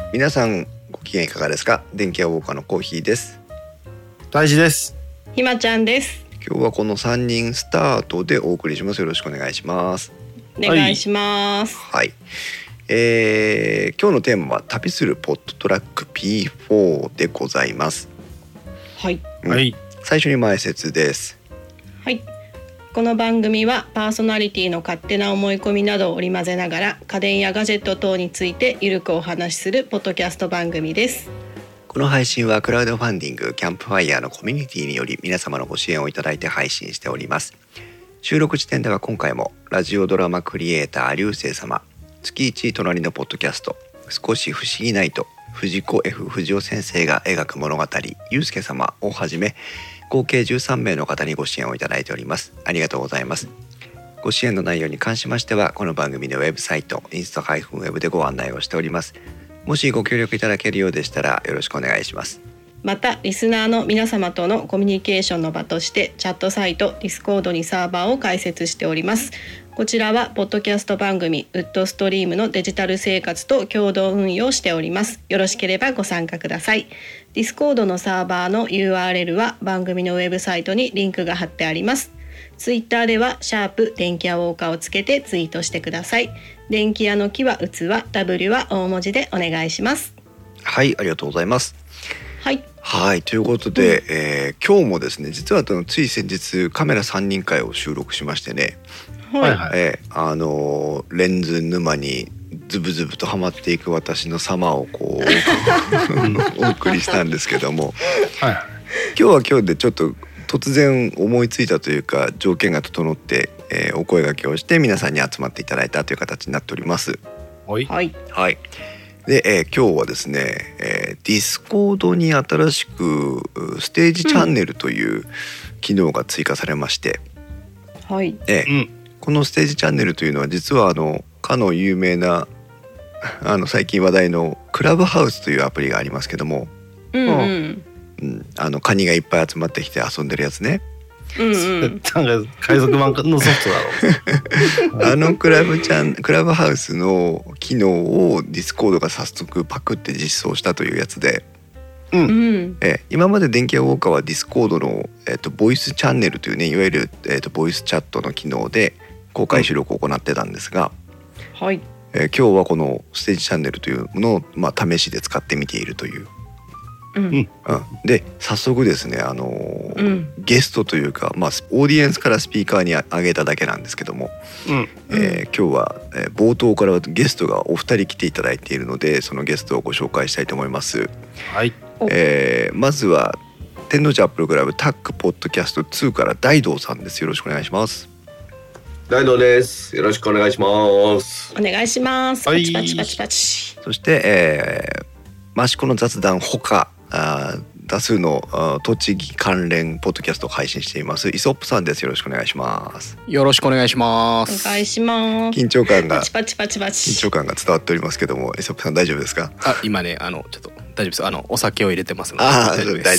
皆さんご機嫌いかがですか？電気屋ウォーカーのコーヒーです。 大事です。 ひまちゃんです。 今日はこの3人スタートでお送りします。よろしくお願いします。 お願いします。 はい、今日のテーマは旅するポットトラック P4 でございます。 はい、 はい。 最初に前説です。 はい。この番組はパーソナリティの勝手な思い込みなどを織り交ぜながら家電やガジェット等についてゆるくお話しするポッドキャスト番組です。 この配信はクラウドファンディングキャンプファイヤーのコミュニティにより皆様のご支援をいただいて配信しております。収録時点では今回もラジオドラマクリエイター流星様、月1隣のポッドキャスト少し不思議ナイト、藤子 F 不二雄先生が描く物語ゆうすけ様をはじめ合計13名の方にご支援をいただいております。ありがとうございます。ご支援の内容に関しましてはこの番組のウェブサイトインスタ-webでご案内をしております。もしご協力いただけるようでしたらよろしくお願いします。 またリスナーの皆様とのコミュニケーションの場としてチャットサイト Discord にサーバーを開設しております。こちらはポッドキャスト番組ウッドストリームのデジタル生活と共同運用しております。よろしければご参加ください。Discord のサーバーの URL は番組のウェブサイトにリンクが貼ってあります。Twitter ではシャープ電気屋ウォーカーをつけてツイートしてください。電気屋の木は器、W は大文字でお願いします。 はい、ありがとうございます。 はい。 はい、ということで、今日もですね実はつい先日カメラ3人会を収録しましてね、 はいレンズ沼にズブズブとはまっていく私の様をこうお送りしたんですけども、 はい。 今日は今日でちょっと突然思いついたというか条件が整って、お声掛けをして皆さんに集まっていただいたという形になっております。 はい。 はいはい。で、今日はですね、ディスコードに新しくステージチャンネルという機能が追加されまして、 はいこのステージチャンネルというのは実はかの有名な最近話題のクラブハウスというアプリがありますけども、カニがいっぱい集まってきて遊んでるやつね。 なんか海賊版のソフトだろ。 クラブハウスの機能をディスコードが早速パクって実装したというやつで、今まで電気屋ウォーカーはディスコードの、ボイスチャンネルというねいわゆる、ボイスチャットの機能で公開収録を行ってたんですが、 はい。 今日はこのステージチャンネルというものを、試しで使ってみているという、で早速ですね、ゲストというか、オーディエンスからスピーカーに上げただけなんですけども、今日は、冒頭からゲストがお二人来ていただいているのでそのゲストをご紹介したいと思います。 はい。 まずは天王寺アップルクラブタックポッドキャスト2から大道さんです。よろしくお願いします。 大道です。よろしくお願いします。 お願いします。 はい。 パチパチパチ。 そして、益子の雑談ほか多数の栃木関連ポッドキャストを配信していますイソップさんです。よろしくお願いします。 よろしくお願いします。 お願いします。 緊張感がパチパチパチパチ。 緊張感が伝わっておりますけども、イソップさん大丈夫ですか？ 今ねちょっと大丈夫です。お酒を入れてますので大丈夫です。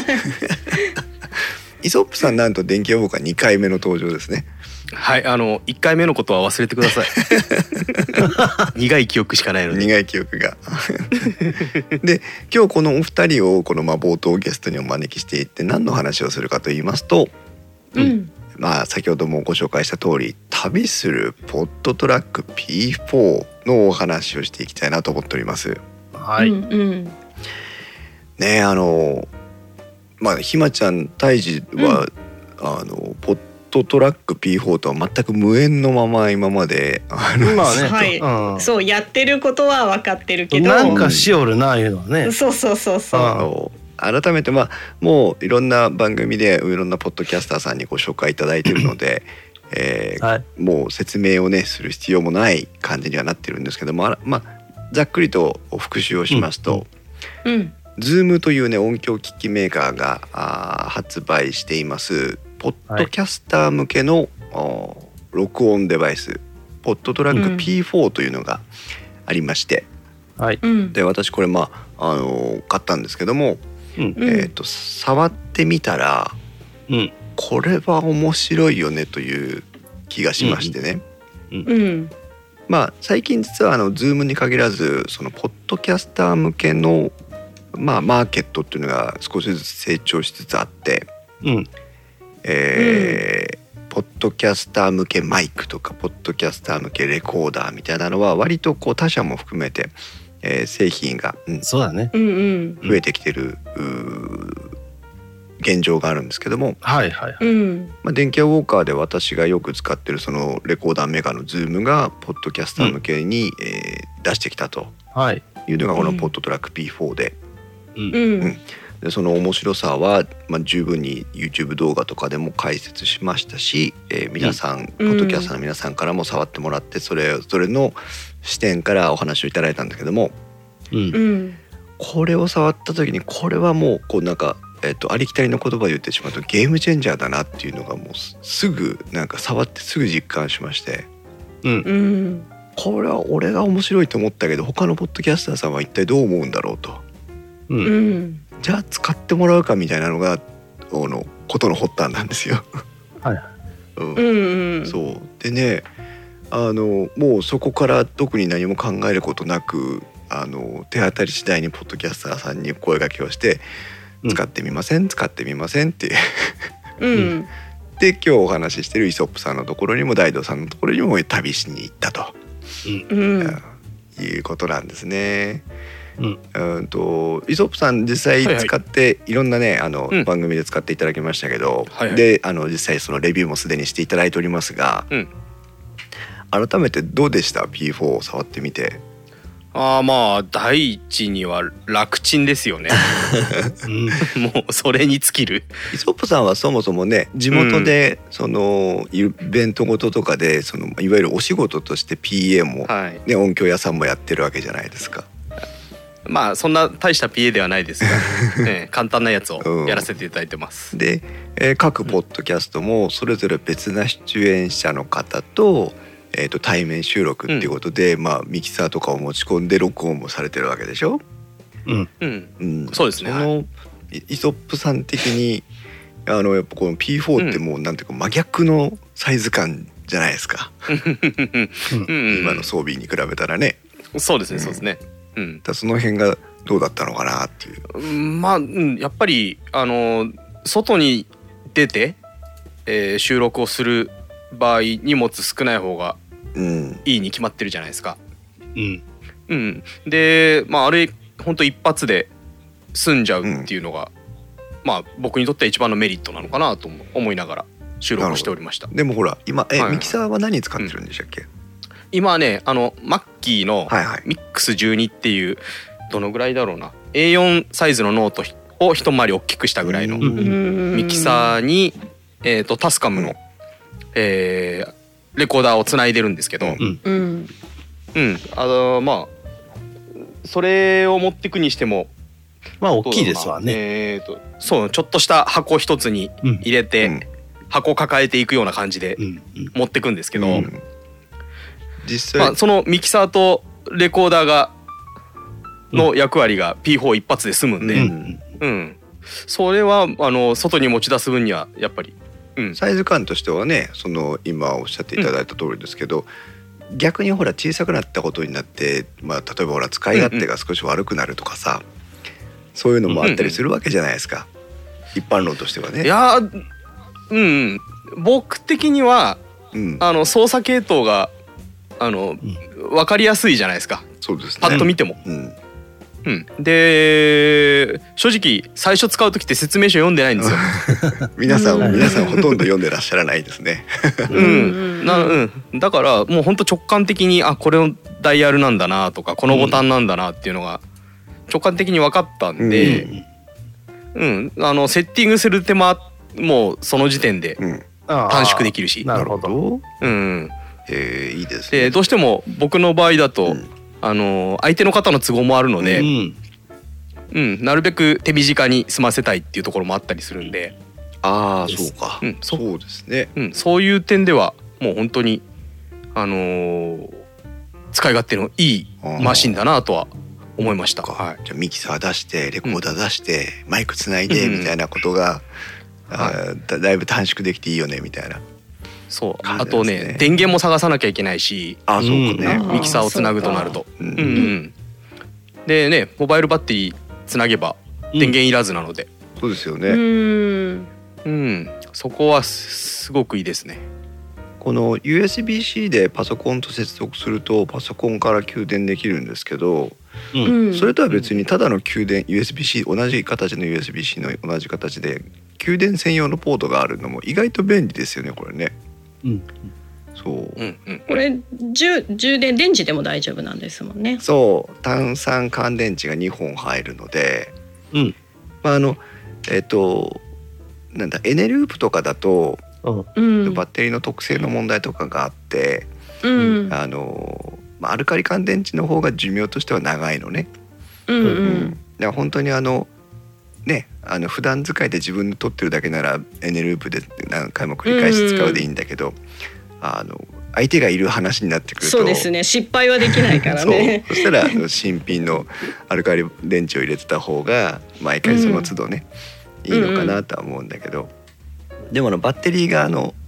イソップさんなんと電気屋ウォーカー2回目の登場ですね。 はい、1回目のことは忘れてください。苦い記憶しかないので。 苦い記憶がで今日このお二人をこの冒頭ゲストにお招きしていって何の話をするかと言いますと、先ほどもご紹介した通り旅するポットトラック P4 のお話をしていきたいなと思っております。 はい。 ねひまちゃん胎児は、ポットトラック P4 とは全く無縁のまま今までそうやってることは分かってるけどなんかしおるないうのはね。 そう改めてもういろんな番組でいろんなポッドキャスターさんにご紹介いただいているので、もう説明をねする必要もない感じにはなってるんですけども、ざっくりと復習をしますと、Zoom というね音響機器メーカーが発売していますポッドキャスター向けの、録音デバイスポットトラック P4 というのがありまして、で私これ買ったんですけども、触ってみたら、これは面白いよねという気がしましてね、最近実はZoom に限らずそのポッドキャスター向けのマーケットっていうのが少しずつ成長しつつあって、ポッドキャスター向けマイクとかポッドキャスター向けレコーダーみたいなのは割とこう他社も含めて、製品が、 そうだね、 増えてきてる現状があるんですけども、電気屋ウォーカーで私がよく使ってるそのレコーダーメーカーのズームがポッドキャスター向けに、出してきたというのがこのポッドトラック P4 で、でその面白さは、十分に YouTube 動画とかでも解説しましたし、皆さん、ポッドキャスターの皆さんからも触ってもらってそれぞれの視点からお話をいただいたんだけども、これを触った時にこれはもうこうなんか、ありきたりの言葉で言ってしまうとゲームチェンジャーだなっていうのがもうすぐなんか触ってすぐ実感しまして、これは俺が面白いと思ったけど他のポッドキャスターさんは一体どう思うんだろうと、じゃあ使ってもらうかみたいなのがことの発端なんですよ。そうでね、もうそこから特に何も考えることなく手当たり次第にポッドキャスターさんに声掛けをして使ってみません、使ってみませんって、で今日お話ししてるイソップさんのところにも大道さんのところにも旅しに行ったと、いうことなんですね。イソップさん実際使っていろんなね番組で使っていただきましたけど、で実際そのレビューもすでにしていただいておりますが、改めてどうでした P4 を触ってみて。 まあ第一には楽ちんですよね。もうそれに尽きる。 イソップさんはそもそもね地元でそのイベントごととかでそのいわゆるお仕事として PA も、ね、音響屋さんもやってるわけじゃないですか。 まあそんな大した PA ではないですが、簡単なやつをやらせていただいてます。 で、各ポッドキャストもそれぞれ別な出演者の方と対面収録っていうことで、ミキサーとかを持ち込んで録音もされてるわけでしょ。 そうですね。 そのイソップさん的にやっぱこの P4 ってもうなんていうか真逆のサイズ感じゃないですか。今の装備に比べたらね。 そうですね、そうですね。 その辺がどうだったのかなっていう。 やっぱり外に出て、収録をする場合荷物少ない方がいいに決まってるじゃないですか。であれ本当一発で済んじゃうっていうのが、僕にとっては一番のメリットなのかなと思いながら収録しておりました。 でもほら今ミキサーは何使ってるんでしたっけ？ 今はねマッキーのミックス12っていうどのぐらいだろうな A4 サイズのノートを一回り大きくしたぐらいのミキサーにタスカムのレコーダーをつないでるんですけど、それを持ってくにしても大きいですわね。 そうちょっとした箱一つに入れて、箱抱えていくような感じで持ってくんですけど、実際そのミキサーとレコーダーがの役割が P4 一発で済むんで、それは外に持ち出す分にはやっぱり。 サイズ感としてはね今おっしゃっていただいた通りですけど、逆にほら小さくなったことになって、例えばほら使い勝手が少し悪くなるとかさ、そういうのもあったりするわけじゃないですか、一般論としてはね。 いや僕的には、操作系統が分かりやすいじゃないですか。 そうですね、 パッと見ても。で正直最初使う時って説明書読んでないんですよ。 皆さんほとんど読んでらっしゃらないですね。 だからもう本当直感的にこれのダイヤルなんだなとかこのボタンなんだなっていうのが直感的に分かったんで、セッティングする手間もその時点で短縮できるし。 なるほど。 いいですね。 でどうしても僕の場合だと、相手の方の都合もあるので、なるべく手短に済ませたいっていうところもあったりするんで。 そうか、そうですね、 そういう点ではもう本当に使い勝手のいいマシンだなとは思いました。 じゃあミキサー出してレコーダー出して、マイクつないでみたいなことが、だいぶ短縮できていいよねみたいな。 そう、あとね電源も探さなきゃいけないし、 そうかね、 ミキサーをつなぐとなると。 でね、モバイルバッテリーつなげば電源いらずなので、 そうですよね。 そこはすごくいいですね。 この USB-C でパソコンと接続するとパソコンから給電できるんですけど、それとは別にただの給電 USB-C 同じ形の USB-C の同じ形で給電専用のポートがあるのも意外と便利ですよね、これね。そう、 これ充電電池でも大丈夫なんですもんね。 そう、単3乾電池が2本入るので、なんだエネループとかだと、バッテリーの特性の問題とかがあって、アルカリ乾電池の方が寿命としては長いのね。だから本当に普段使いで自分で取ってるだけならエネループで何回も繰り返し使うでいいんだけど、相手がいる話になってくると、 そうですね、失敗はできないからね。 そしたら新品のアルカリ電池を入れてた方が毎回その都度ね、いいのかなとは思うんだけど、でもバッテリーが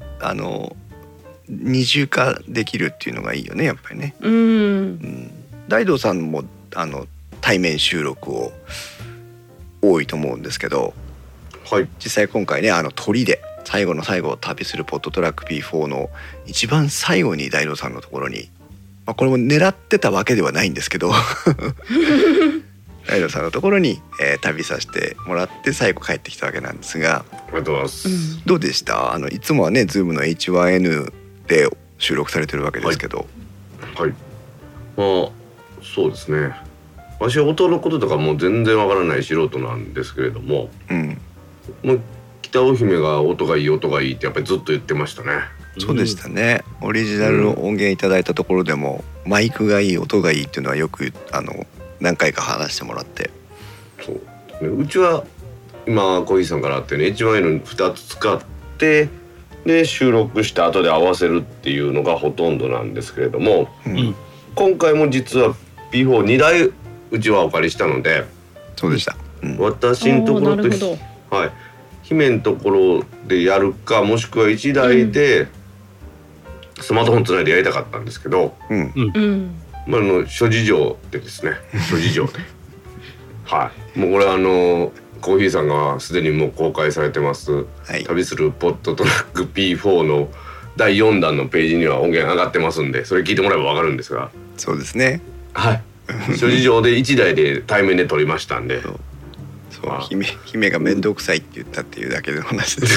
二重化できるっていうのがいいよね、やっぱりね。大道さんも対面収録を多いと思うんですけど、実際今回ね鳥で最後の最後を旅するポットトラック P4 の一番最後に大道さんのところに、これも狙ってたわけではないんですけど大道さんのところに、旅させてもらって最後帰ってきたわけなんですが、 ありがとうございます。 どうでした？いつもはね Zoom の H1N で収録されてるわけですけど、 そうですね、私は音のこととかもう全然わからない素人なんですけれども、もう北尾姫が音がいいってやっぱりずっと言ってましたね。 そうでしたね。オリジナルの音源いただいたところでも、マイクがいい、音がいいっていうのはよく何回か話してもらって、 うちは今小木さんからあってね H1N2 つ使ってで収録した後で合わせるっていうのがほとんどなんですけれども、今回も実は P42 台うちはお借りしたので、 そうでした、 私のところと姫のところでやるか、もしくは1台でスマートフォンつないでやりたかったんですけど、諸事情でですね、もうこれコーヒーさんがすでにもう公開されてます、旅するポットトラック P4 の第4弾のページには音源上がってますんで、それ聞いてもらえば分かるんですが、 そうですね、 諸事情で1台で対面で撮りましたんで、 姫が面倒くさいって言ったっていうだけの話です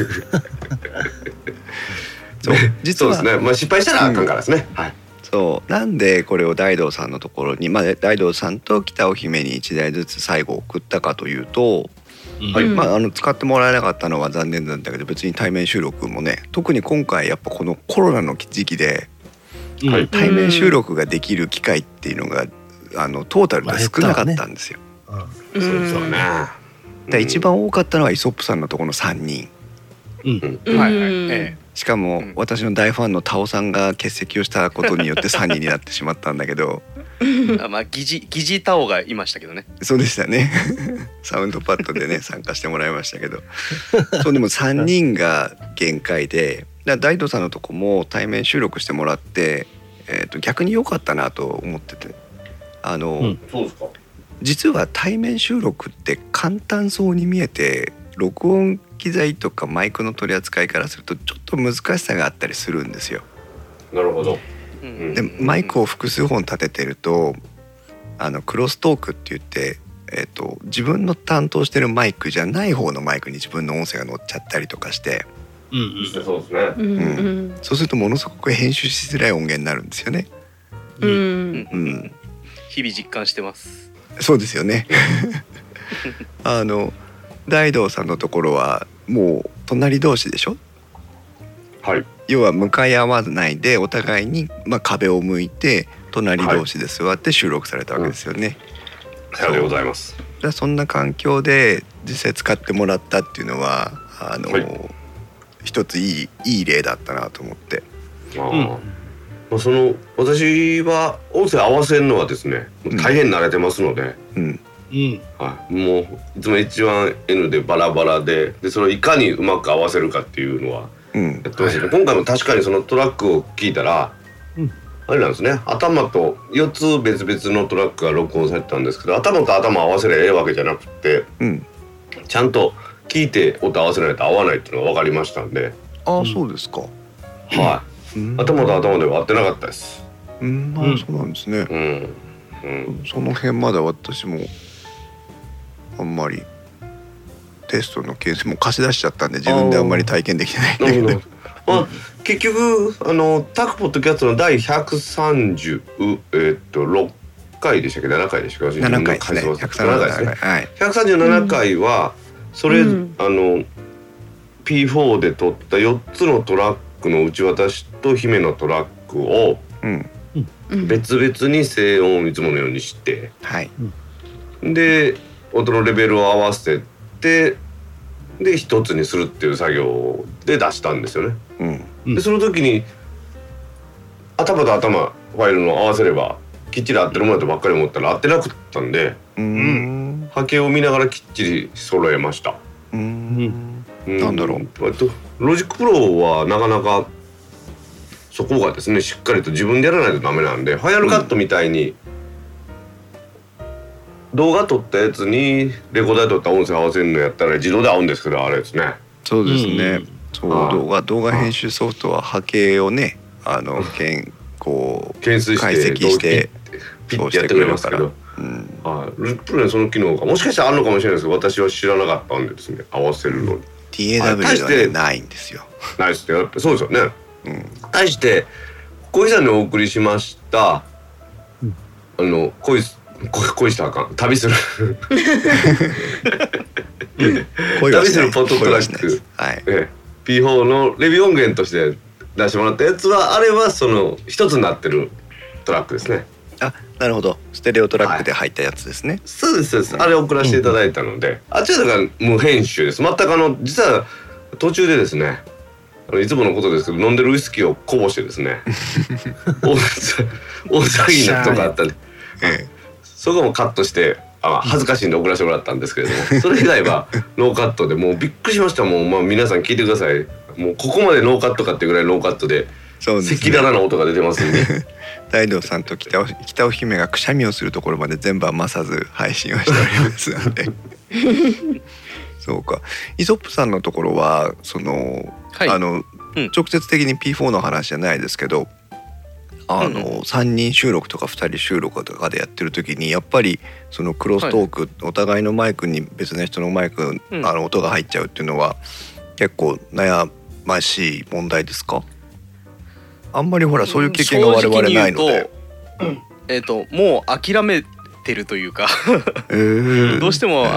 実はそうですね、失敗したらあかんからですね。 そうなんでこれを大道さんのところに、大道さんと北尾姫に1台ずつ最後送ったかというと、使ってもらえなかったのは残念なんだけど、別に対面収録もね、特に今回やっぱこのコロナの時期で、対面収録ができる機会っていうのがトータルで少なかったんですよ。一番多かったのはイソップさんのところの3人、しかも私の大ファンのタオさんが欠席をしたことによって3人になってしまったんだけど疑似タオがいましたけどね。 そうでしたねサウンドパッドでね参加してもらいましたけどそう、でも3人が限界で、大道さんのとこも対面収録してもらって、逆に良かったなと思ってて、 そうですか。 実は対面収録って簡単そうに見えて、録音機材とかマイクの取り扱いからするとちょっと難しさがあったりするんですよ。 なるほど。 でマイクを複数本立ててるとクロストークって言って、自分の担当してるマイクじゃない方のマイクに自分の音声が乗っちゃったりとかして、 そうですね、 そうするとものすごく編集しづらい音源になるんですよね。 日々実感してます。 そうですよね大道さんのところはもう隣同士でしょ。要は向かい合わないでお互いに、壁を向いて隣同士で座って収録されたわけですよね。 さようでございます。 そんな環境で実際使ってもらったっていうのは一ついい例だったなと思って。 私は音声合わせるのはですね、大変慣れてますので、もういつも H1N でバラバラでそれをいかにうまく合わせるかっていうのはやってますね。今回も確かにそのトラックを聞いたら、 あれなんですね、頭と4つ別々のトラックが録音されてたんですけど、頭と頭合わせりゃええわけじゃなくて、ちゃんと聞いて音合わせないと合わないっていうのが分かりましたんで。 ああ、そうですか。 はい、頭と頭では合ってなかったです。 そうなんですね。その辺まだ私もあんまりテストのケースも貸し出しちゃったんで自分であんまり体験できてないんだけど。 結局タクポッドキャストの第136回でしたっけ、7回でしたっけ、 7回ですね。 137回はそれ、P4 で撮った4つのトラックの内渡しと姫のトラックを別々に静音をいつものようにして、で音のレベルを合わせてで一つにするっていう作業で出したんですよね。でその時に頭と頭ファイルの合わせればきっちり合ってるものだとばっかり思ったら合ってなかったんで、波形を見ながらきっちり揃えました。 なんだろう、 ロジックプロはなかなかそこがですねしっかりと自分でやらないとダメなんで、ファイナルカットみたいに動画撮ったやつにレコーダーで撮った音声合わせるのやったら自動で合うんですけど、あれですね。 そうですね。動画編集ソフトは波形をねこう検出解析してピッてやってくれますけど、ロジックプロにその機能がもしかしたらあるのかもしれないですけど、私は知らなかったんでですね、合わせるのに TAW はねないんですよ。 ないですね。そうですよね。対して小石さんにお送りしました恋したらあかん旅する旅するポッドトラック、P4 のレビュー音源として出してもらったやつは、あれはその一つになってるトラックですね。 あ、なるほど。ステレオトラックで入ったやつですね。 そうです。あれ送らせていただいたので、あっちはだから無編集です。全く実は途中でですね、いつものことですけど飲んでるウイスキーをこぼしてですね大騒ぎになったとかあったんで、そこもカットして恥ずかしいんで送らせてもらったんですけれども、それ以外はノーカットで、もうびっくりしました。もう皆さん聞いてください。もうここまでノーカットかっていうぐらいノーカットで赤裸々な音が出てますんで。 大道さんと北尾姫がくしゃみをするところまで全部余さず配信をしておりますのでそうか。イソップさんのところは直接的に P4 の話じゃないですけど、3人収録とか2人収録とかでやってる時にやっぱりそのクロストーク、お互いのマイクに別な人のマイク音が入っちゃうっていうのは結構悩ましい問題ですか？あんまりほらそういう経験が我々ないので、 もう諦めてるというかどうしても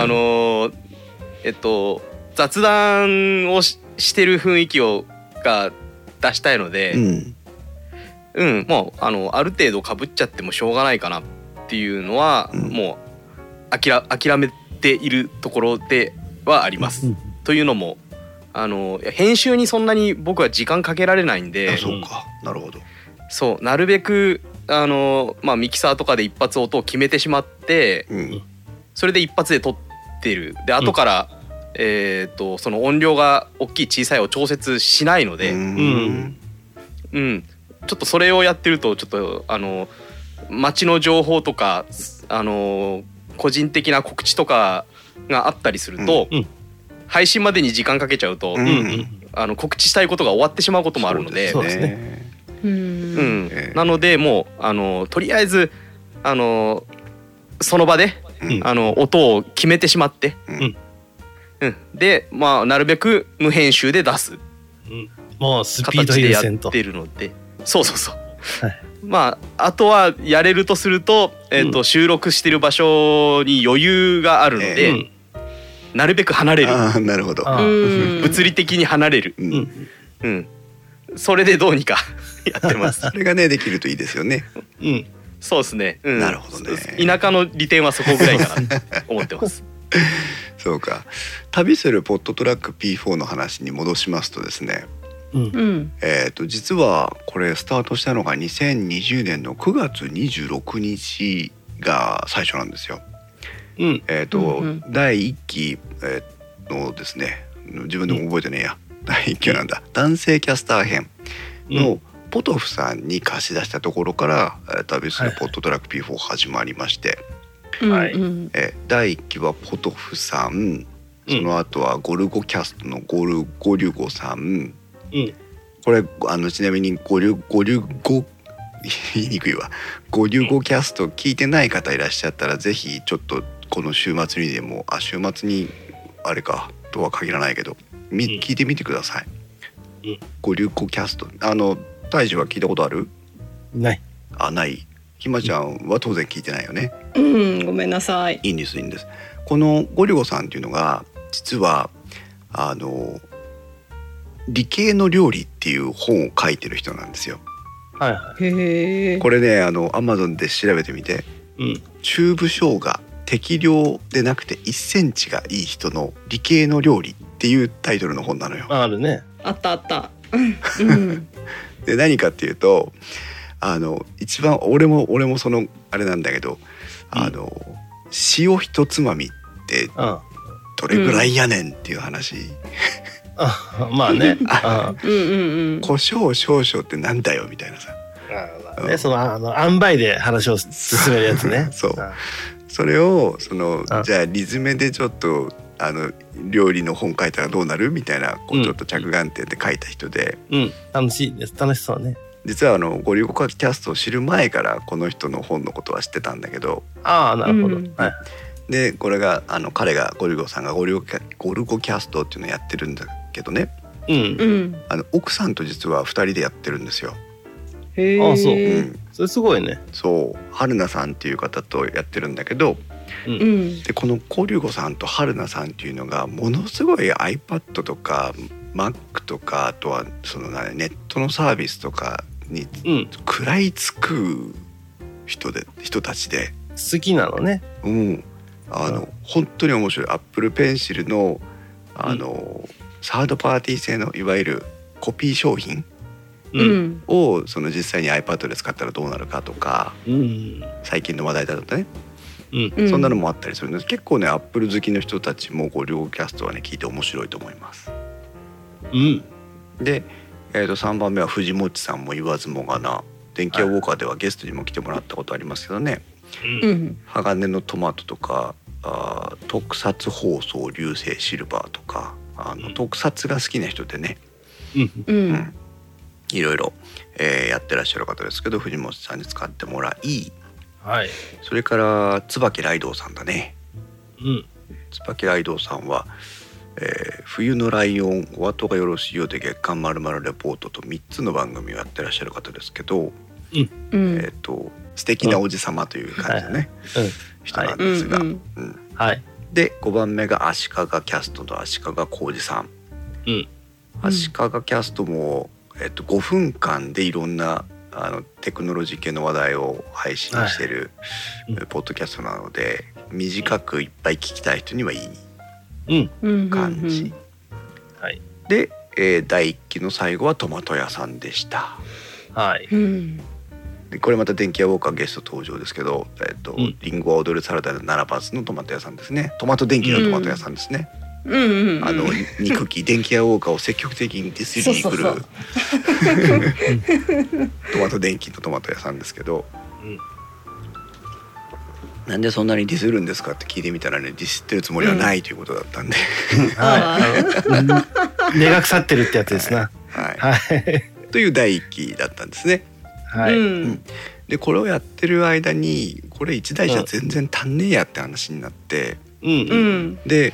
雑談をしてる雰囲気が出したいので、もうある程度被っちゃってもしょうがないかなっていうのは、もう諦めているところではあります。というのも編集にそんなに僕は時間かけられないんで。 そうか、なるほど。 そうなるべくミキサーとかで一発音を決めてしまって、それで一発で撮ってる。で後から、その音量が大きい小さいを調節しないので、ちょっとそれをやってるとちょっと街の情報とか個人的な告知とかがあったりすると、配信までに時間かけちゃうと、告知したいことが終わってしまうこともあるので、なのでもうとりあえずその場で、音を決めてしまって、でなるべく無編集で出す、 もうスピード優先と形でやってるので、そう、あとはやれるとすると、収録してる場所に余裕があるので、なるべく離れる。 なるほど。 物理的に離れる。それでどうにかやってます。 それがねできるといいですよね。 そうですね。 なるほどね。 田舎の利点はそこぐらいかなと思ってます。 そうか。旅するポッドトラック P4 の話に戻しますとですね。実はこれスタートしたのが2020年の9月26日が最初なんですよ。第1期のですね、自分でも覚えてねえや、第1期なんだ、男性キャスター編のポトフさんに貸し出したところから旅するポットトラック P4 始まりまして、 はい、 第1期はポトフさん、その後はゴルゴキャストのゴリュゴさん、これちなみにゴリュゴ言いにくいわ、ゴリュゴキャスト聞いてない方いらっしゃったらぜひちょっとこの週末にでも週末にあれかとは限らないけど聞いてみてください。ゴリュゴキャスト大樹は聞いたことある？ ない。 ない。ひまちゃんは当然聞いてないよね。 ごめんなさい。 いいんです。このゴリュゴさんっていうのが実は理系の料理っていう本を書いてる人なんですよ。 はいはい。へえ。 これねAmazon で調べてみて、チューブ生姜適量でなくて1センチがいい人の理系の料理っていうタイトルの本なのよ。 あるね。 あった。 で何かっていうと一番俺もそのあれなんだけど塩一つまみってどれぐらいやねんっていう話。 まあね。 胡椒少々ってなんだよみたいなさ。 その塩梅で話を進めるやつね。 そう。それをじゃあリズムでちょっと料理の本書いたらどうなるみたいなちょっと着眼点で書いた人で、 楽しいです。楽しそうね。 実はゴリュゴキャストを知る前からこの人の本のことは知ってたんだけど、 なるほど。 でこれが彼がゴリュゴさんがゴルゴキャストっていうのをやってるんだけどね、奥さんと実は2人でやってるんですよ。 へえ。 そう。それすごいね。 そう、春菜さんっていう方とやってるんだけど、でこのゴリュゴさんと春菜さんっていうのがものすごい iPad とか Mac とかあとはネットのサービスとかに食らいつく人たちで好きなのね。 本当に面白い。Apple Pencil のサードパーティー製のいわゆるコピー商品を実際に iPad で使ったらどうなるかとか、最近の話題だったね、そんなのもあったりするので結構ね Apple 好きの人たちもゴリュゴキャストはね聞いて面白いと思います。で、3番目は藤もっちさんも言わずもがな、電気屋ウォーカーではゲストにも来てもらったことありますけどね、鋼のトマトとか特撮放送流星シルバーとか特撮が好きな人でね、いろいろ、やってらっしゃる方ですけど藤本さんに使ってもらい、それから椿ライドウさんだね。椿ライドウさんは、冬のライオンお後がよろしいようで月刊まるまるレポートと3つの番組をやってらっしゃる方ですけど、素敵なおじさまという感じのね、人なんですが、で5番目が足利キャストの足利浩二さん。足利キャストも、5分間でいろんなテクノロジー系の話題を配信してる、ポッドキャストなので短くいっぱい聞きたい人にはいい感じ。で、第1期の最後はトマト屋さんでした。でこれまた電気屋ウォーカーゲスト登場ですけど、リンゴは踊るサラダの7発のトマト屋さんですね。トマト電気のトマト屋さんですね。憎き電気屋ウォーカーを積極的にディスりに来るトマト電気のトマト屋さんですけど、なんでそんなにディスるんですかって聞いてみたらね、ディスってるつもりはないということだったんで、 根が腐ってるってやつですな。 という第1期だったんですね。でこれをやってる間にこれ1台じゃ全然足んねえやって話になって、で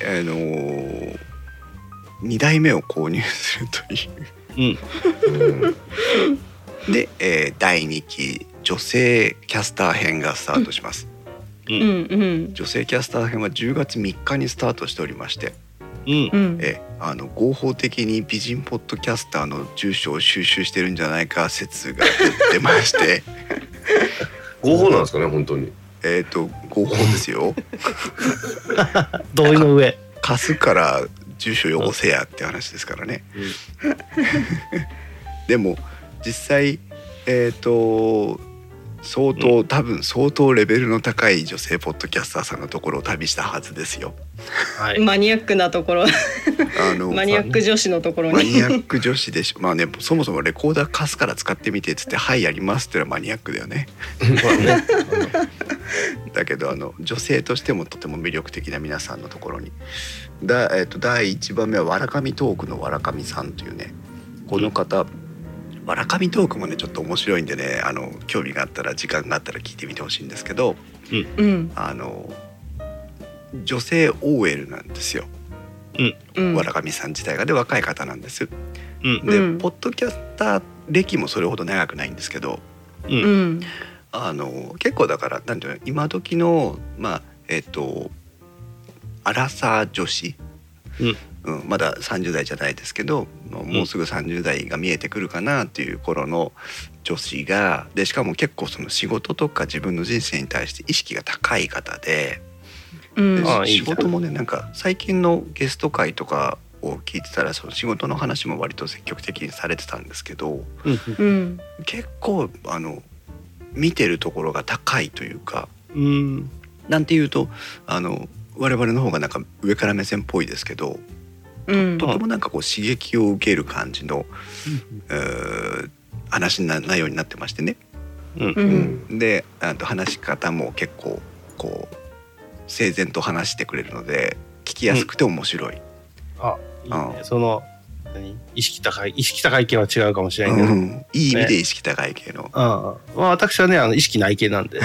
2台目を購入するというで、第2期女性キャスター編がスタートします。女性キャスター編は10月3日にスタートしておりまして、合法的に美人ポッドキャスターの住所を収集してるんじゃないか説が出まして合法なんですかね本当に。 合法ですよ同意の上貸すから住所よこせやって話ですからね、 多分相当レベルの高い女性ポッドキャスターさんのところを旅したはずですよ。 はい、マニアックなところマニアック女子のところにマニアック女子でしょ。まあね、そもそもレコーダー貸すから使ってみてっつってはいやりますってのはマニアックだよね。だけど女性としてもとても魅力的な皆さんのところに第1番目はわらかみトークのわらかみさんというね、この方、わらかみトークもねちょっと面白いんでね、興味があったら時間があったら聞いてみてほしいんですけど、女性 OL なんですよ、わらかみさん自体が。で若い方なんです、でポッドキャスター歴もそれほど長くないんですけど、結構だからなんていうの、今時のアラサー女子、まだ30代じゃないですけど、もうすぐ30代が見えてくるかなっていう頃の女子が、でしかも結構その仕事とか自分の人生に対して意識が高い方で、仕事もねなんか最近のゲスト会とかを聞いてたらその仕事の話も割と積極的にされてたんですけど、結構見てるところが高いというか、なんていうと我々の方がなんか上から目線っぽいですけど、とてもなんかこう刺激を受ける感じの、話の内容になってましてね、で話し方も結構こう整然と話してくれるので聞きやすくて面白い。いいね、その意識高い系は違うかもしれないけど、 いい意味で意識高い系の、 私はね意識ない系なんで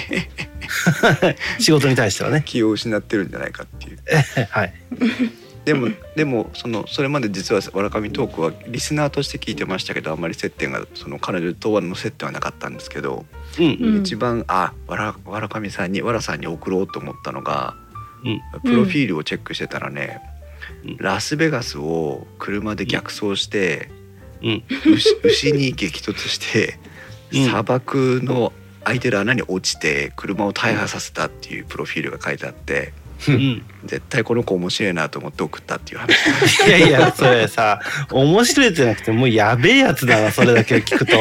仕事に対してはね気を失ってるんじゃないかっていう。 はい。 でもそれまで実はわらかみトークはリスナーとして聞いてましたけど、あんまり接点が彼女との接点はなかったんですけど、一番わらかみさんにわらさんに送ろうと思ったのが、プロフィールをチェックしてたらね、ラスベガスを車で逆走して、牛に激突して、砂漠の空いてる穴に落ちて車を大破させたっていうプロフィールが書いてあって、絶対この子面白いなと思って送ったっていう話。 いやそれさ面白いじゃなくてもうやべえやつだな、それだけ聞くと。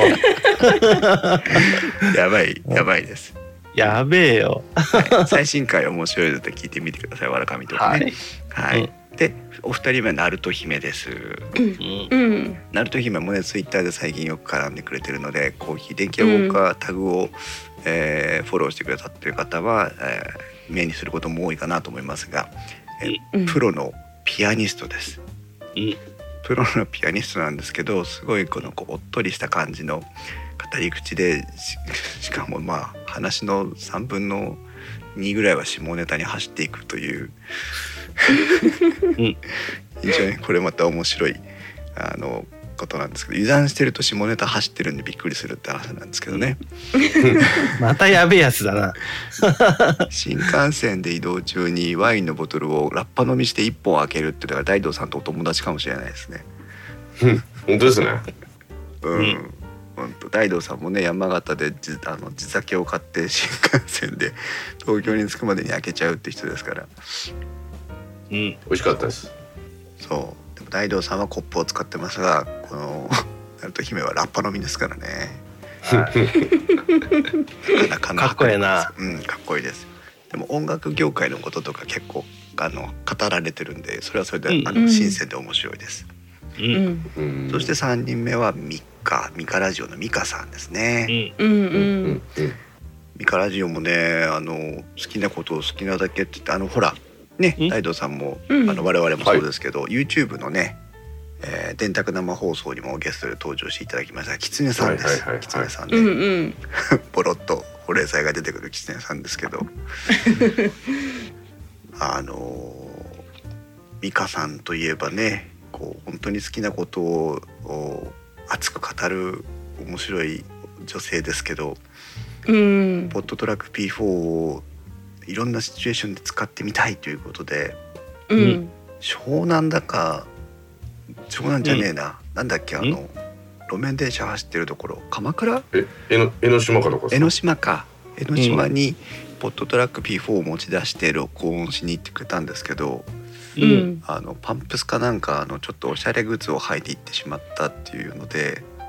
やばいです。 やべえよ。 最新回面白いので聞いてみてください、わらかみとかね。でお二人目はナルト姫です。ナルト姫もねツイッターで最近よく絡んでくれてるので、コーヒー電気屋ウォーカータグを、フォローしてくださってる方は、目にすることも多いかなと思いますが、プロのピアニストです。プロのピアニストなんですけど、すごいこのおっとりした感じの語り口で、しかも話の3分の2ぐらいは下ネタに走っていくという非常にこれまた面白いことなんですけど、油断してると下ネタ走ってるんでびっくりするって話なんですけどね。 またやべえやつだな。 新幹線で移動中にワインのボトルをラッパ飲みして1本開けるっていうのが大道さんとお友達かもしれないですね。 本当ですね。 本当大道さんもね山形で地酒を買って新幹線で東京に着くまでに開けちゃうって人ですから。 美味しかったです。 そう。でも大道さんはコップを使ってますが、このナルト姫はラッパ飲みですからね。なかなかかっこいいな。 かっこいいです。でも音楽業界のこととか結構語られてるんで、それはそれで新鮮で面白いです。そして3人目はミカラジオのミカさんですね。ミカラジオもね好きなことを好きなだけって言ってほらね、大道さんも我々もそうですけど、YouTube のね、電卓生放送にもゲストで登場していただきましたキツネさんです。キツネさんね、ボロッと保冷剤が出てくるキツネさんですけどミカさんといえばね、こう本当に好きなことを熱く語る面白い女性ですけど、ポッドトラック P4 をいろんなシチュエーションで使ってみたいということで、湘南じゃねえな、なんだっけ路面電車走ってるところ、鎌倉？ 江ノ島かどこですか？ 江ノ島にポッドトラック P4 を持ち出して録音しに行ってくれたんですけど、パンプスかなんかちょっとおしゃれグッズを履いていってしまったっていうので、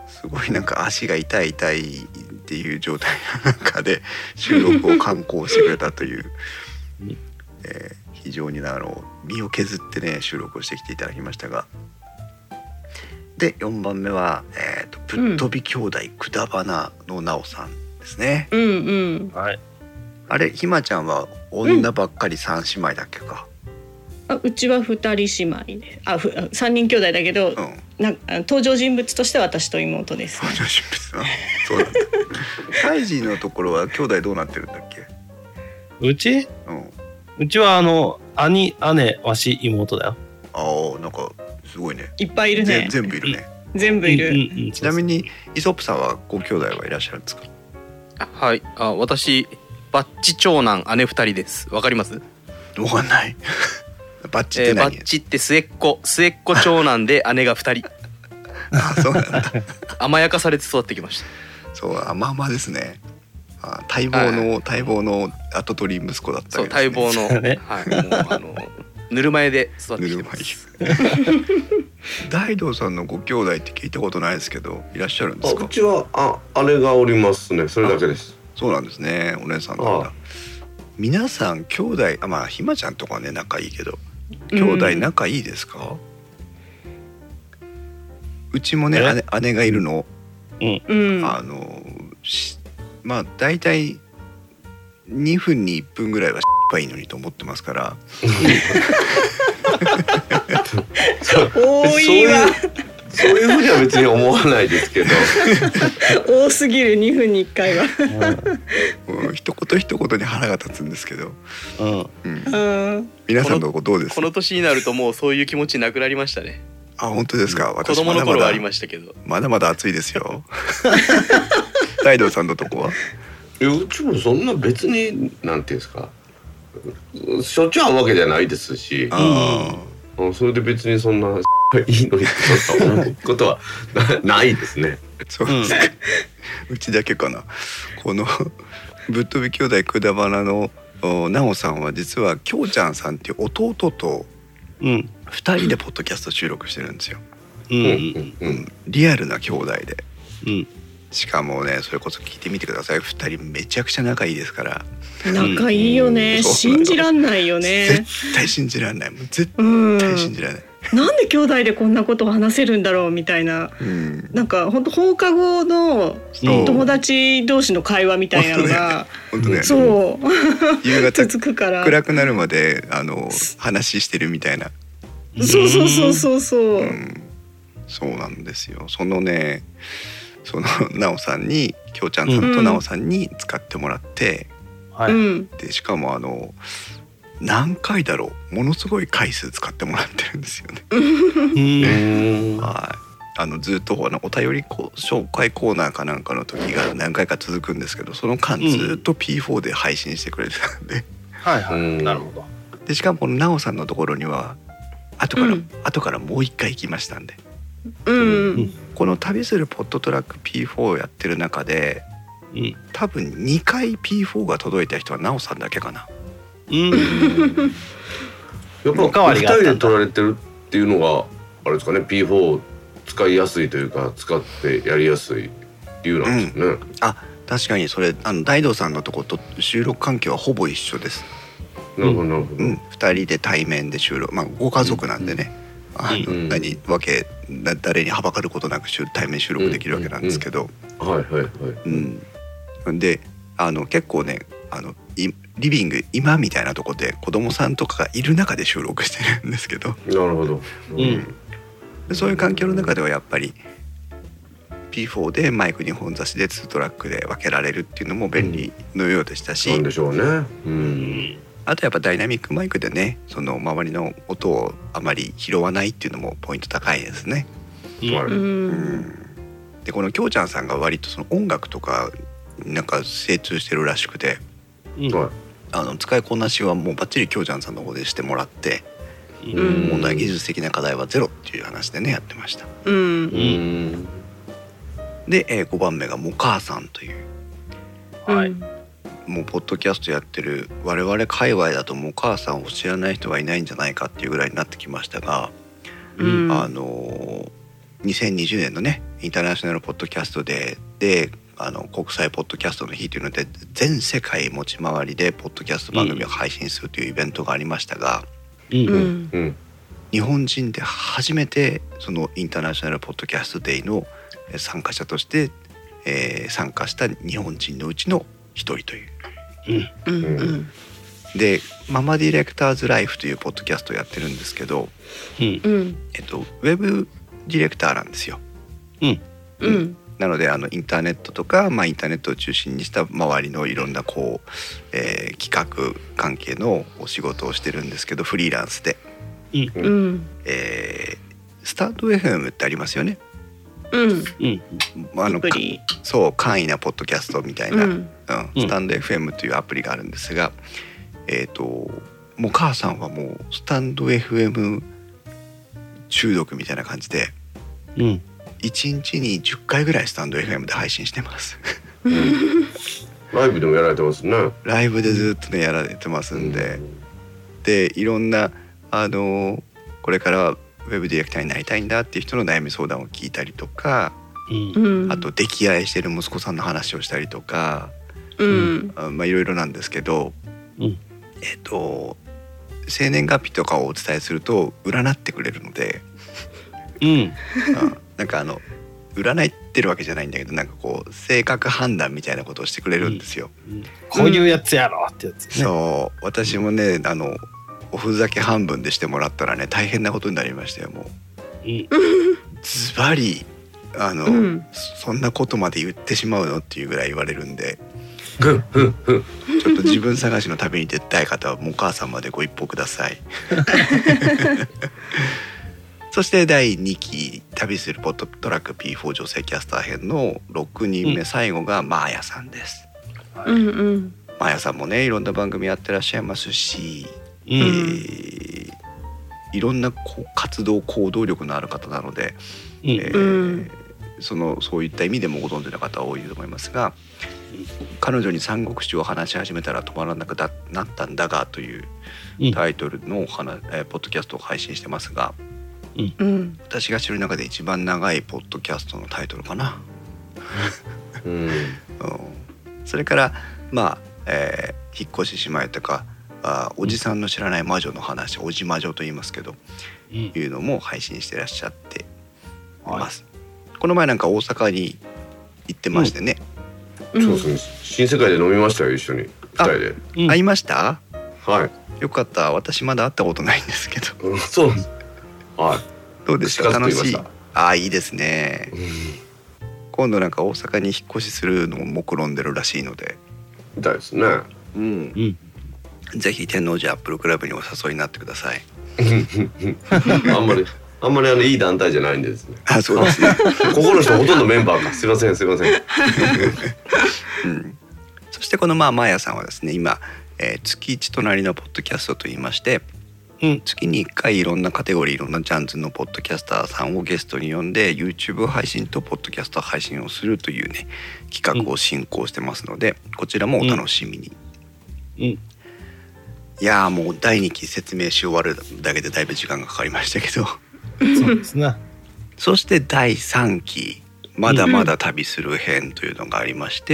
すごいなんか足が痛いっていう状態の中で収録を敢行してくれたという、非常に身を削ってね収録をしてきていただきましたが、で4番目は、ぶっ飛び兄弟くだばなのなおさんですね。 はい。 あれひまちゃんは女ばっかり3姉妹だっけか。 うちは2人姉妹で、3人兄弟だけど、登場人物としては私と妹です、ね。 登場人物な。そうなんだ。カイジのところは兄弟どうなってるんだっけ。 うち？うちは兄、姉、わし、妹だよ。 なんかすごいね。 いっぱいいるね。 全部いるね。 全部いる。 ちなみにイソップさんはご兄弟はいらっしゃるんですか。 はい。私バッチ長男姉2人です。わかります？ わかんない。バッチって何？ バッチって末っ子長男で姉が2人。 そうなんだ。 甘やかされて育ってきました。 そう、甘ですね。待望の跡取り息子だったわけですね。 そう、待望の、はい、もうぬるま湯で育ってきてます。 大道さんのご兄弟って聞いたことないですけど、いらっしゃるんですか？ うちは姉がおりますね。それだけです。 そうなんですね。お姉さんなんだ。皆さん兄弟、ひまちゃんとかね仲いいけど、兄弟仲いいですか？うちもね姉がいるの。だいたい2分に1分ぐらいはばいいのにと思ってますから。 多いわ。 そういうふうには別に思わないですけど。 多すぎる2分に1回は。 一言一言に腹が立つんですけど。皆さんのとこどうですか？ この年になるともうそういう気持ちなくなりましたね。 本当ですか？ 子供の頃はありましたけど。 まだまだ暑いですよ。大道さんのとこは？ うちもそんな別になんていうんですか、しょっちゅう会うわけじゃないですし、それで別にそんないいのにと思うことはないですね。 そうですか。うちだけかな。このぶっ飛び兄弟くだばなのなおさんは実はきょうちゃんさんっていう弟と2人でポッドキャスト収録してるんですよ。リアルな兄弟で。しかもね、それこそ聞いてみてください。2人めちゃくちゃ仲いいですから。 仲いいよね。信じらんないよね。 絶対信じらんない。もう絶対信じられない。 なんで兄弟でこんなことを話せるんだろうみたいな、なんか本当放課後の友達同士の会話みたいなのが、そう夕方続くから暗くなるまで話してるみたいな。 そうそうなんですよ。そのなおさんにきょうちゃんさんとなおさんに使ってもらって、でしかも何回だろう、ものすごい回数使ってもらってるんですよね。ずっとお便り紹介コーナーかなんかの時が何回か続くんですけど、その間ずっと P4 で配信してくれてたんで、 なるほど。 でしかもなおさんのところには後からもう一回行きましたんで、この旅するポッドトラック P4 をやってる中で、多分2回 P4 が届いた人はなおさんだけかな。 やっぱ2人で取られてるっていうのがあれですかね。 P4 使いやすいというか、使ってやりやすい理由なんですよね。 確かにそれ大道さんのとこと収録環境はほぼ一緒です。 なるほどなるほど。 2人で対面で収録、ご家族なんでね、誰にはばかることなく対面収録できるわけなんですけど、で結構ねリビング今みたいなとこで子供さんとかがいる中で収録してるんですけど、 なるほど、 そういう環境の中ではやっぱり P4 でマイク2本差しで2トラックで分けられるっていうのも便利のようでしたし、 なんでしょうね。 あとやっぱダイナミックマイクでね、その周りの音をあまり拾わないっていうのもポイント高いですね。でこのきょうちゃんさんが割とその音楽とかなんか精通してるらしくて、使いこなしはもうバッチリきょうちゃんさんの方でしてもらって、問題技術的な課題はゼロっていう話でねやってました。で、5番目がもかあさんという、もうポッドキャストやってる我々界隈だともかあさんを知らない人はいないんじゃないかっていうぐらいになってきましたが、 2020年のねインターナショナルポッドキャストデーで国際ポッドキャストの日というので全世界持ち回りでポッドキャスト番組を配信するというイベントがありましたが、日本人で初めてそのインターナショナルポッドキャストデーの参加者として、参加した日本人のうちの一人という。でママディレクターズライフというポッドキャストをやってるんですけど、ウェブディレクターなんですよ。なのでインターネットとか、インターネットを中心にした周りのいろんな企画関係のお仕事をしてるんですけど、フリーランスで、スタンド FM ってありますよね。そう簡易なポッドキャストみたいな、スタンド FM というアプリがあるんですが、もう母さんはもうスタンド FM 中毒みたいな感じで、1日に10回ぐらいスタンド FM で配信してますライブでもやられてますね。 ライブでずっとねやられてますんで、でいろんなこれからウェブディレクターになりたいんだっていう人の悩み相談を聞いたりとか、あと溺愛してる息子さんの話をしたりとか、いろいろなんですけど、生年月日とかをお伝えすると占ってくれるので、なんか占ってるわけじゃないんだけど、なんかこう性格判断みたいなことをしてくれるんですよ。 こういうやつやろってやつね。 そう私もねおふざけ半分でしてもらったらね大変なことになりましたよ。もうズバリそんなことまで言ってしまうのっていうぐらい言われるんで、ちょっと自分探しの旅に出たい方はもうお母さんまでご一報くださいそして第2期旅するポッドトラック P4 女性キャスター編の6人目、最後がマーヤさんです。マーヤさんもねいろんな番組やってらっしゃいますし、いろんな活動行動力のある方なので、そういった意味でもご存知の方多いと思いますが、彼女に三国志を話し始めたら止まらなくなったんだがというタイトルのポッドキャストを配信してますが、私が知る中で一番長いポッドキャストのタイトルかなそれから引っ越ししまいとかおじさんの知らない魔女の話、おじ魔女と言いますけど、いうのも配信してらっしゃっています。この前なんか大阪に行ってましてね。 そうですね。新世界で飲みましたよ、一緒に2人で。 会いました？ はい。 よかった。私まだ会ったことないんですけど。 そうです。はい。 どうですか？楽しい。いいですね。今度なんか大阪に引っ越しするのを目論んでるらしいので。 みたいですね。 ぜひ天王寺アップルクラブにお誘いになってください。 あんまりいい団体じゃないんですね。 そうですね。 ここの人ほとんどメンバーか。すいません。 そしてこのマーヤさんはですね、今、月1隣のポッドキャストといいまして、月に1回いろんなカテゴリーいろんなジャンルのポッドキャスターさんをゲストに呼んで YouTube 配信とポッドキャスト配信をするというね企画を進行してますので、こちらもお楽しみに。いやもう第2期説明し終わるだけでだいぶ時間がかかりましたけどそうですね。 そして第3期まだまだ旅する編というのがありまして、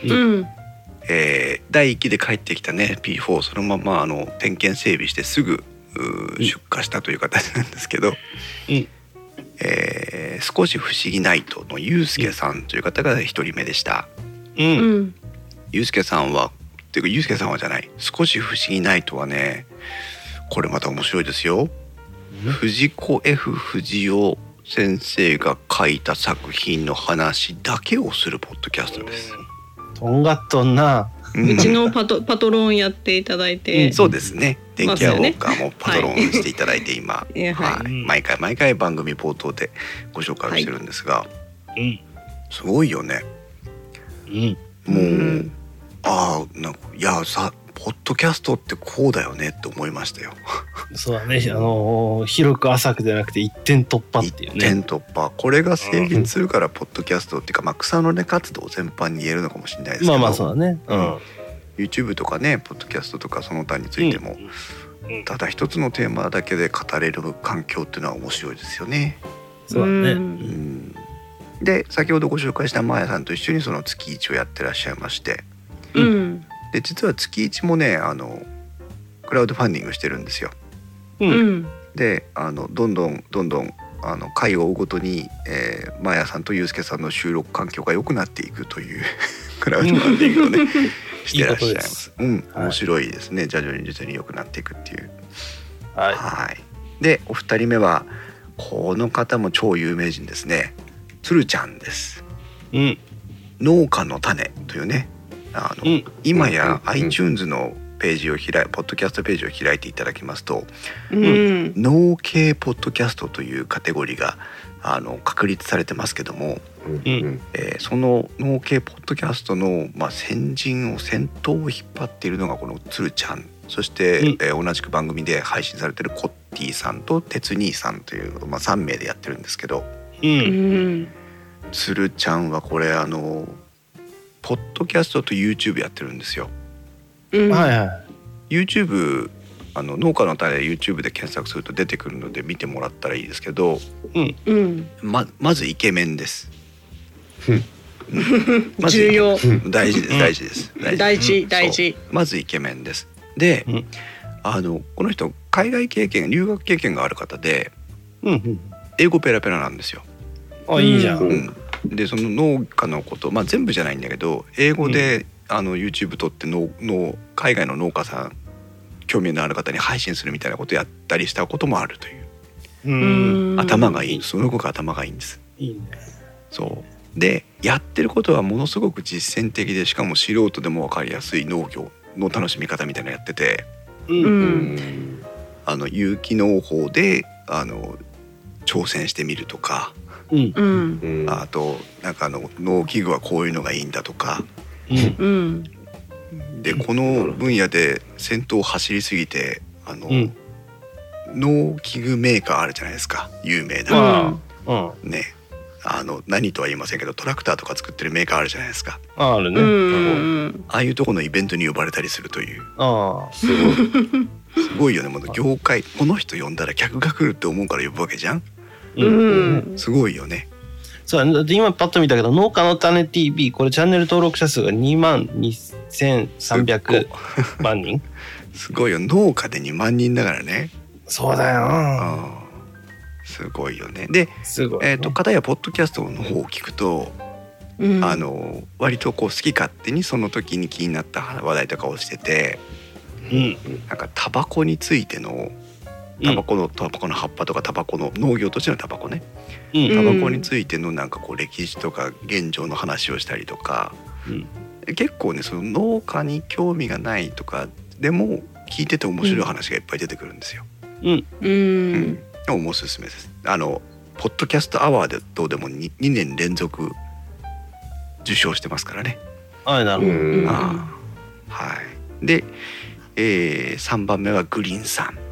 第1期で帰ってきたね P4 そのまま点検整備してすぐ出荷したという形なんですけど、少し不思議ナイトのゆうすけさんという方が1人目でした。ゆうすけさんはっていうかゆうすけさんはじゃない、少し不思議ナイトはねこれまた面白いですよ。藤子 F 不二雄先生が書いた作品の話だけをするポッドキャストです。 とんがっとんな。 うちのパトロンやっていただいて、 そうですね。電気屋ウォーカーもパトロンしていただいて今、毎回番組冒頭でご紹介をしてるんですが、すごいよね。もうなんかいやさポッドキャストってこうだよねって思いましたよ。 そうだね。広く浅くじゃなくて一点突破っていうね。 一点突破。これが成立するからポッドキャストっていうか、草の根活動全般に言えるのかもしれないですけど。 そうだね。 YouTube とかね、ポッドキャストとかその他についても、ただ一つのテーマだけで語れる環境っていうのは面白いですよね。 そうだね。 で先ほどご紹介したマーヤさんと一緒にその月1をやってらっしゃいまして、で実は月1もねクラウドファンディングしてるんですよ。でどんどん回を追うごとに、マーヤさんとユースケさんの収録環境が良くなっていくというクラウドファンディングをねしてらっしゃいます。面白いですね。徐々に良くなっていくっていう。はい。でお二人目はこの方も超有名人ですね。つるちゃんです。農家の種というね今や iTunes のページをポッドキャストページを開いていただきますと、農系ポッドキャストというカテゴリーが確立されてますけども、その農系ポッドキャストの、先頭を引っ張っているのがこのつるちゃん、そして、同じく番組で配信されているコッティさんと鉄兄さんという、3名でやってるんですけど、つるちゃんはこれポッドキャストと YouTube やってるんですよ。YouTube 農家の種 YouTube で検索すると出てくるので見てもらったらいいですけど、まずイケメンです。 重要。 大事です。 大事。 まずイケメンです。で、この人海外経験留学経験がある方で、英語ペラペラなんですよ。 いいじゃん。 でその農家のこと、全部じゃないんだけど英語で、YouTube 撮って海外の農家さん興味のある方に配信するみたいなことをやったりしたこともあるという。頭がいい。すごく頭がいいんです。 いいね。 そうでやってることはものすごく実践的で、しかも素人でも分かりやすい農業の楽しみ方みたいなのやってて、有機農法で挑戦してみるとか、あとなんか農機具はこういうのがいいんだとか、でこの分野で先頭を走りすぎて農機具メーカーあるじゃないですか、有名な、ね、何とは言いませんけどトラクターとか作ってるメーカーあるじゃないですか。 あるね。 ああいうとこのイベントに呼ばれたりするという。すごいよね。もう業界この人呼んだら客が来るって思うから呼ぶわけじゃん。すごいよね。 そうだって今パッと見たけど農家の種 TV これチャンネル登録者数が22,300万人。 すごいよ。農家で2万人だからね。 そうだよ。 すごいよね。で、片やポッドキャストの方を聞くと、割とこう好き勝手にその時に気になった話題とかをしてて、なんかタバコについてのタバコの葉っぱとかタバコの農業としてのタバコね、タバコについてのなんかこう歴史とか現状の話をしたりとか、結構ねその農家に興味がないとかでも聞いてて面白い話がいっぱい出てくるんですよ。おすすめです。ポッドキャストアワードでも 2年連続受賞してますからね。 なるほど。 はい。で、3番目はグリーンさん。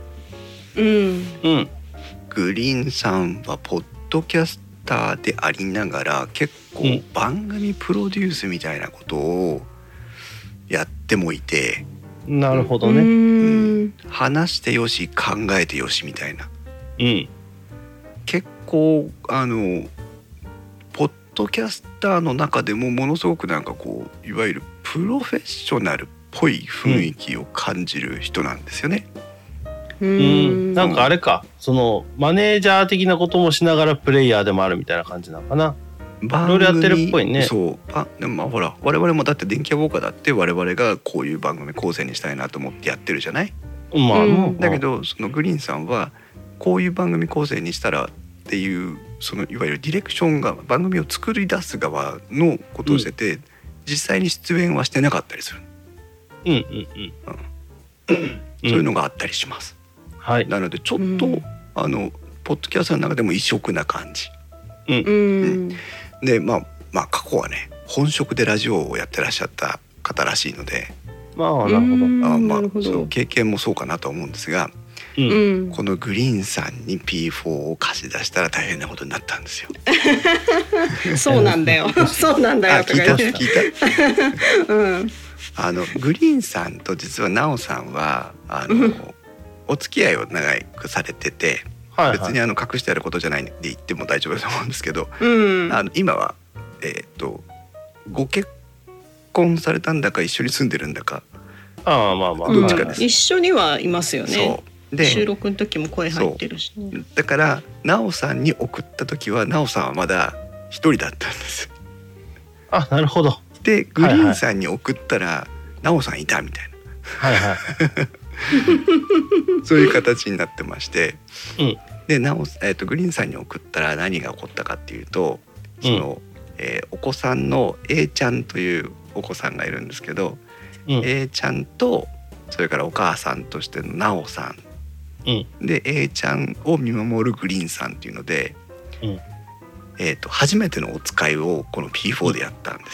グリーンさんはポッドキャスターでありながら結構番組プロデュースみたいなことをやってもいて、 なるほどね。 話してよし考えてよしみたいな。結構ポッドキャスターの中でもものすごくなんかこういわゆるプロフェッショナルっぽい雰囲気を感じる人なんですよね。 なんかあれか、そのマネージャー的なこともしながらプレイヤーでもあるみたいな感じなのかな。いろいろやってるっぽいね。 でもほら我々もだって電気屋ウォーカーだって我々がこういう番組構成にしたいなと思ってやってるじゃない。だけどそのグリーンさんはこういう番組構成にしたらっていうそのいわゆるディレクションが番組を作り出す側のことをしてて、実際に出演はしてなかったりする。そういうのがあったりします。なのでちょっとポッドキャストの中でも異色な感じ。で過去はね本職でラジオをやってらっしゃった方らしいので、 なるほど。 その経験もそうかなと思うんですが、このグリーンさんに P4 を貸し出したら大変なことになったんですよ。 そうなんだよ。そうなんだよ。 聞いた。グリーンさんと実はナオさんはお付き合いを長くされてて、 別に隠してあることじゃないんで言っても大丈夫だと思うんですけど、今はご結婚されたんだか一緒に住んでるんだか、どっちかです。 一緒にはいますよね。で収録の時も声入ってるし、ね、 だからなおさんに送った時はなおさんはまだ一人だったんです。 あ、なるほど。 でグリーンさんに送ったらなおさんいたみたいな、そういう形になってまして、でグリーンさんに送ったら何が起こったかっていうと、その、お子さんの A ちゃんというお子さんがいるんですけど、A ちゃんとそれからお母さんとしてのなおさん、で A ちゃんを見守るグリーンさんっていうので、初めてのお使いをこの P4 でやったんです。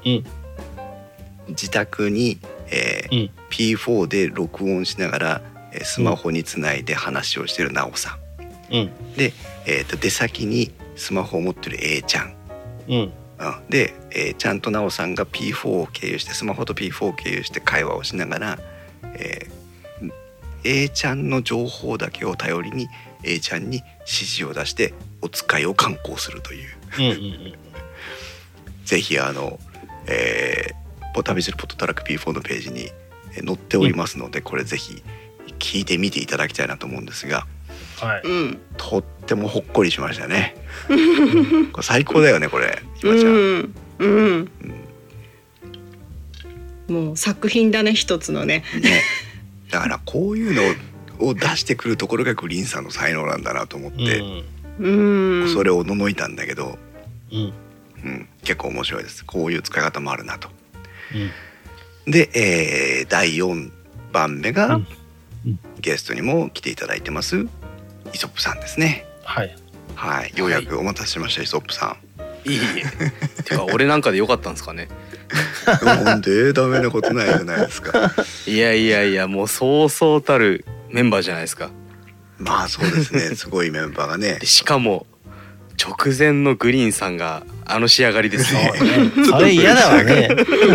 自宅に、P4 で録音しながらスマホにつないで話をしてるなおさん、で、出先にスマホを持ってる A ちゃん、で、ちゃんとなおさんが P4 を経由してスマホと P4 を経由して会話をしながら、A ちゃんの情報だけを頼りに A ちゃんに指示を出してお使いを敢行するという、ぜひ旅するポットトラック P4 のページに載っておりますので、これぜひ聞いてみていただきたいなと思うんですが、とってもほっこりしましたね。これ最高だよねこれ、ひまちゃん。 もう作品だね、一つのね。 だからこういうのを出してくるところがグリーンさんの才能なんだなと思って、それをののいたんだけど、結構面白いです。こういう使い方もあるなと。で、第4番目が、ゲストにも来ていただいてますイソップさんですね。ようやくお待たせしました、イソップさん。 いいてか俺なんかでよかったんですかね。 なんでダメなことないじゃないですか。 いやもうそうそうたるメンバーじゃないですか。 まあそうですね、すごいメンバーがね。 しかも直前のグリーンさんが仕上がりですね。 それ嫌だわね。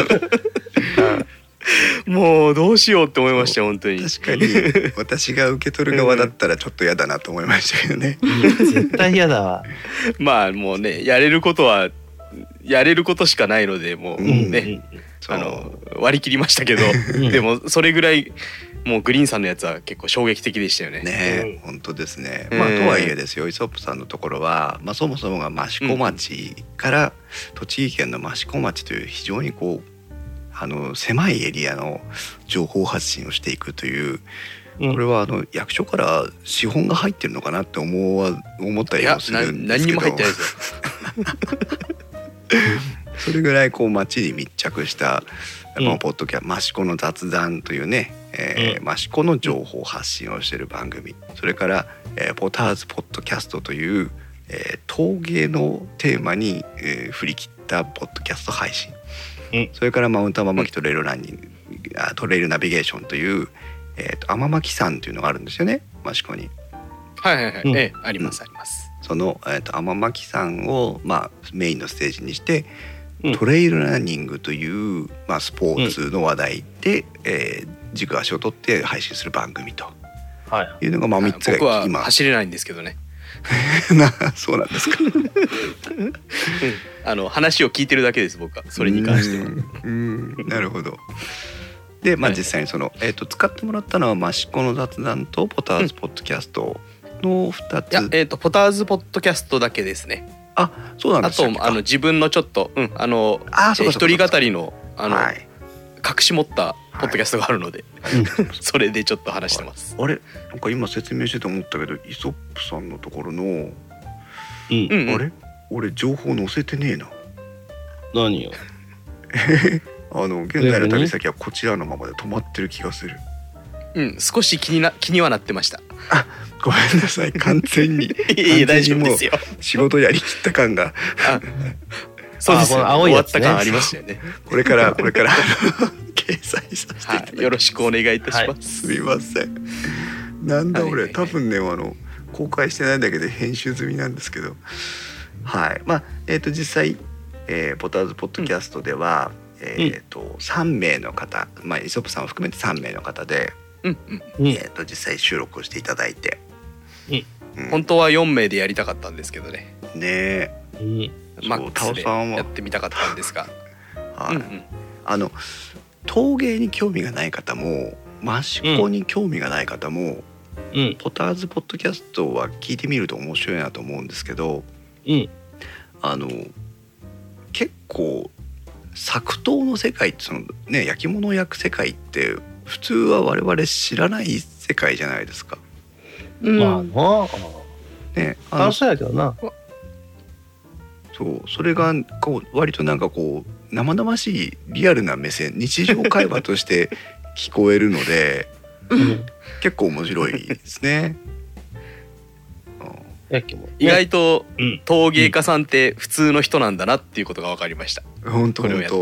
もうどうしようって思いました本当に。 確かに私が受け取る側だったらちょっと嫌だなと思いましたけどね。 絶対嫌だわ。 まあもうね、やれることしかないので、もうね、割り切りましたけど、でもそれぐらいもうグリーンさんのやつは結構衝撃的でしたよね。 本当ですね。まあとはいえですよ、イソップさんのところは、そもそもが益子町から栃木県の益子町という非常にこう狭いエリアの情報発信をしていくという、これは役所から資本が入ってるのかなって思ったりもするんですけど、 何にも入ってないですよ。 それぐらいこう町に密着したポッドキャスト、益子の雑談というね、益子の情報発信をしている番組、それから、ポターズポッドキャストという、陶芸のテーマに、振り切ったポッドキャスト配信、それからマウント天巻トレイルランニング、トレイルナビゲーションという、天巻山というのがあるんですよね、益子に。 ありますあります。 その、天巻山を、メインのステージにして、トレイルランニングという、スポーツの話題で、軸足を取って配信する番組というのが3つが僕は走れないんですけどね。 そうなんですか。 話を聞いてるだけです、僕はそれに関しては。 なるほど。で、実際にその、使ってもらったのは益子の雑談とポターズポッドキャストの2つ。 いや、ポターズポッドキャストだけですね。 あ、そうなんですか。 あと自分のちょっと一人語りの隠し持ったポッドキャストがあるので、それでちょっと話してます。 あれ、なんか今説明してて思ったけど、イソップさんのところの、あれ、俺情報載せてねえな。 何よ。 現在の旅先はこちらのままで止まってる気がする。 少し気にはなってました。 あ、ごめんなさい、完全に大丈夫ですよ。 仕事やりきった感が。 そうですよ、終わった感ありましたよね。 これから掲載させていただきます。 よろしくお願いいたします。 すみません。なんだ俺、多分ね、公開してないだけで編集済みなんですけど、実際、ポターズポッドキャストでは、3名の方、イソップさんを含めて3名の方で、実際収録をしていただいて、 本当は4名でやりたかったんですけどね。 ねえ。 マックスでやってみたかったんですが。 はい。陶芸に興味がない方も益子に興味がない方も、ポターズポッドキャストは聞いてみると面白いなと思うんですけど、結構作陶の世界ってそのね焼き物を焼く世界って普通は我々知らない世界じゃないですか。 まあな。 ね、 楽しそうやけどな。 そうそれがこう割となんかこう生々しいリアルな目線日常会話として聞こえるので結構面白いですね。 意外と陶芸家さんって普通の人なんだなっていうことが分かりました。 本当本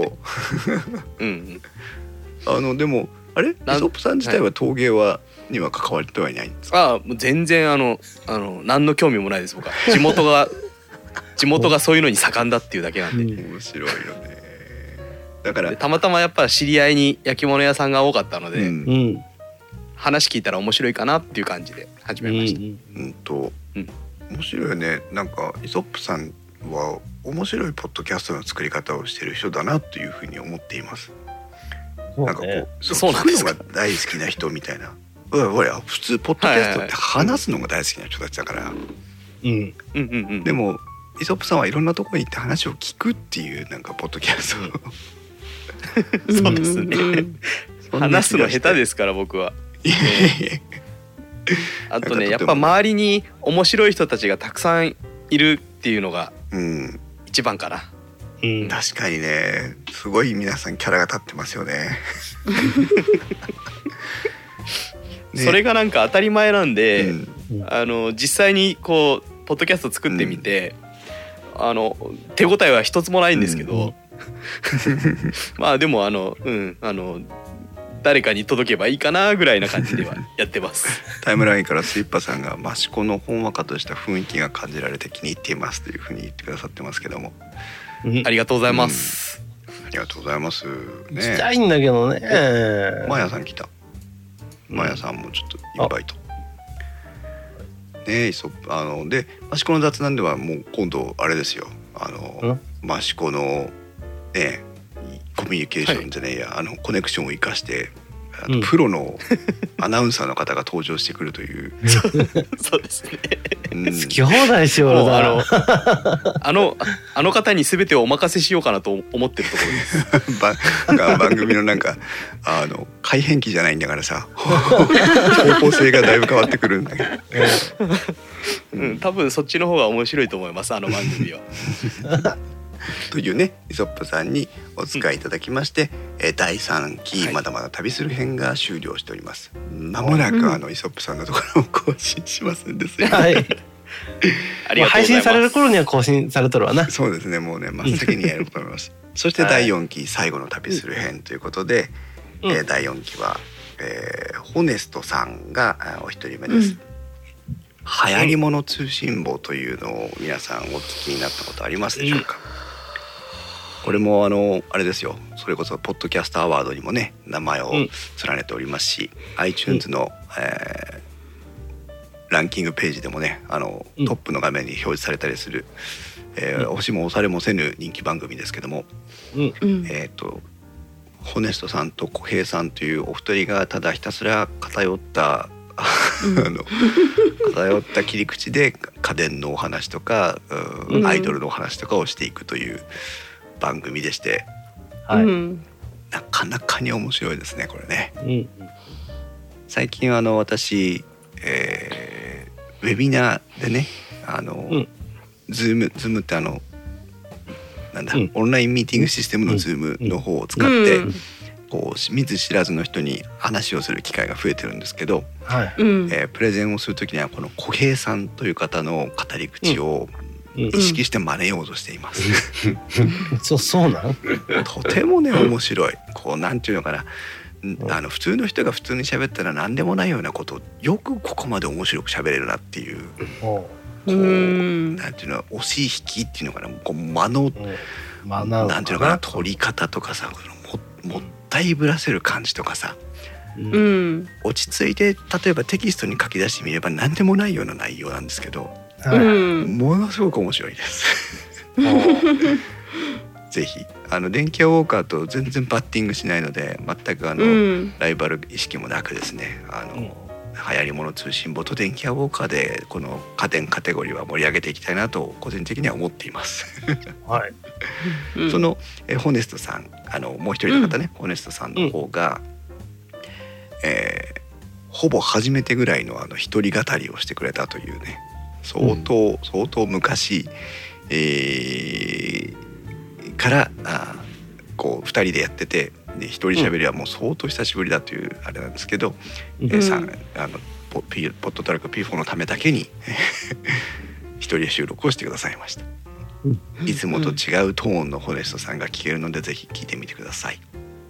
当。でもあれイソップさん自体は陶芸には関わってはいないんですか？ もう全然何の興味もないです僕は。地元がそういうのに盛んだっていうだけなんで。 面白いよね。だからたまたまやっぱ知り合いに焼き物屋さんが多かったので、話聞いたら面白いかなっていう感じで始めました。 面白いよね。なんかイソップさんは面白いポッドキャストの作り方をしてる人だなというふうに思っています。なんかこうそういうのが大好きな人みたいな。ほら普通ポッドキャストって話すのが大好きな人たちだから。でもイソップさんはいろんなところに行って話を聞くっていうなんかポッドキャスト。そうですね。話すの下手ですから僕は。あとねやっぱ周りに面白い人たちがたくさんいるっていうのが一番かな。 確かにねすごい皆さんキャラが立ってますよね。 それがなんか当たり前なんで、実際にこうポッドキャスト作ってみて、手応えは一つもないんですけど、まあでも誰かに届けばいいかなぐらいな感じではやってます。 タイムラインからスイッパさんが益子のほんわかとした雰囲気が感じられて気に入っていますというふうに言ってくださってますけども、 ありがとうございます。 ありがとうございますね。 行きたいんだけどね。 マヤさん来た。マヤさんもちょっとインバイト。ねで益子の雑談ではもう今度あれですよ。益子のねコミュニケーションじゃねえや、コネクションを生かしてプロのアナウンサーの方が登場してくるという。 そうですね。 好き放題しようだ。 あの方に全てをお任せしようかなと思ってるところです。 番組のなんか改変期じゃないんだからさ、方向性がだいぶ変わってくるんだけど。 多分そっちの方が面白いと思います番組は。 というねイソップさんにお使いいただきまして、第3期まだまだ旅する編が終了しております。間もなくイソップさんのところを更新しますんですよ。 はい。配信される頃には更新されとるわな。 そうですねもうね真っ先にやると思います。そして第4期最後の旅する編ということで、第4期は、ホネストさんがお一人目です。流行り物通信簿というのを皆さんお聞きになったことありますでしょうか？これもあれですよ、それこそポッドキャストアワードにもね名前を連ねておりますし、iTunes の、ランキングページでもねトップの画面に表示されたりする、押しも押されもせぬ人気番組ですけども、ホネストさんと小平さんというお二人がただひたすら偏った偏った切り口で家電のお話とか、アイドルのお話とかをしていくという番組でして、なかなかに面白いですねこれね。最近私、ウェビナーでねズームってなんだ、オンラインミーティングシステムのズームの方を使って、こう見ず知らずの人に話をする機会が増えてるんですけど、プレゼンをする時にはこの小平さんという方の語り口を意識して真似ようとしています。 そうなん？ とてもね面白い。こうなんていうのかな、普通の人が普通に喋ったら何でもないようなことをよくここまで面白く喋れるなっていう。こうなんていうの押し引きっていうのかな、こう間のなんていうのかな取り方とかさ、もったいぶらせる感じとかさ、 落ち着いて例えばテキストに書き出してみれば何でもないような内容なんですけど、ものすごく面白いですぜひ電気屋ウォーカーと全然バッティングしないので、全くライバル意識もなくですね、流行り物通信簿と電気屋ウォーカーでこの家電カテゴリーは盛り上げていきたいなと個人的には思っていますはい、 そのホネストさん、もう一人の方ね、ホネストさんの方が、ほぼ初めてぐらいの一人語りをしてくれたというね、相当昔、からこう2人でやってて、一人喋りはもう相当久しぶりだというあれなんですけど、ポッドトラック P4 のためだけに一人で収録をしてくださいました。いつもと違うトーンのホネストさんが聞けるのでぜひ聞いてみてください。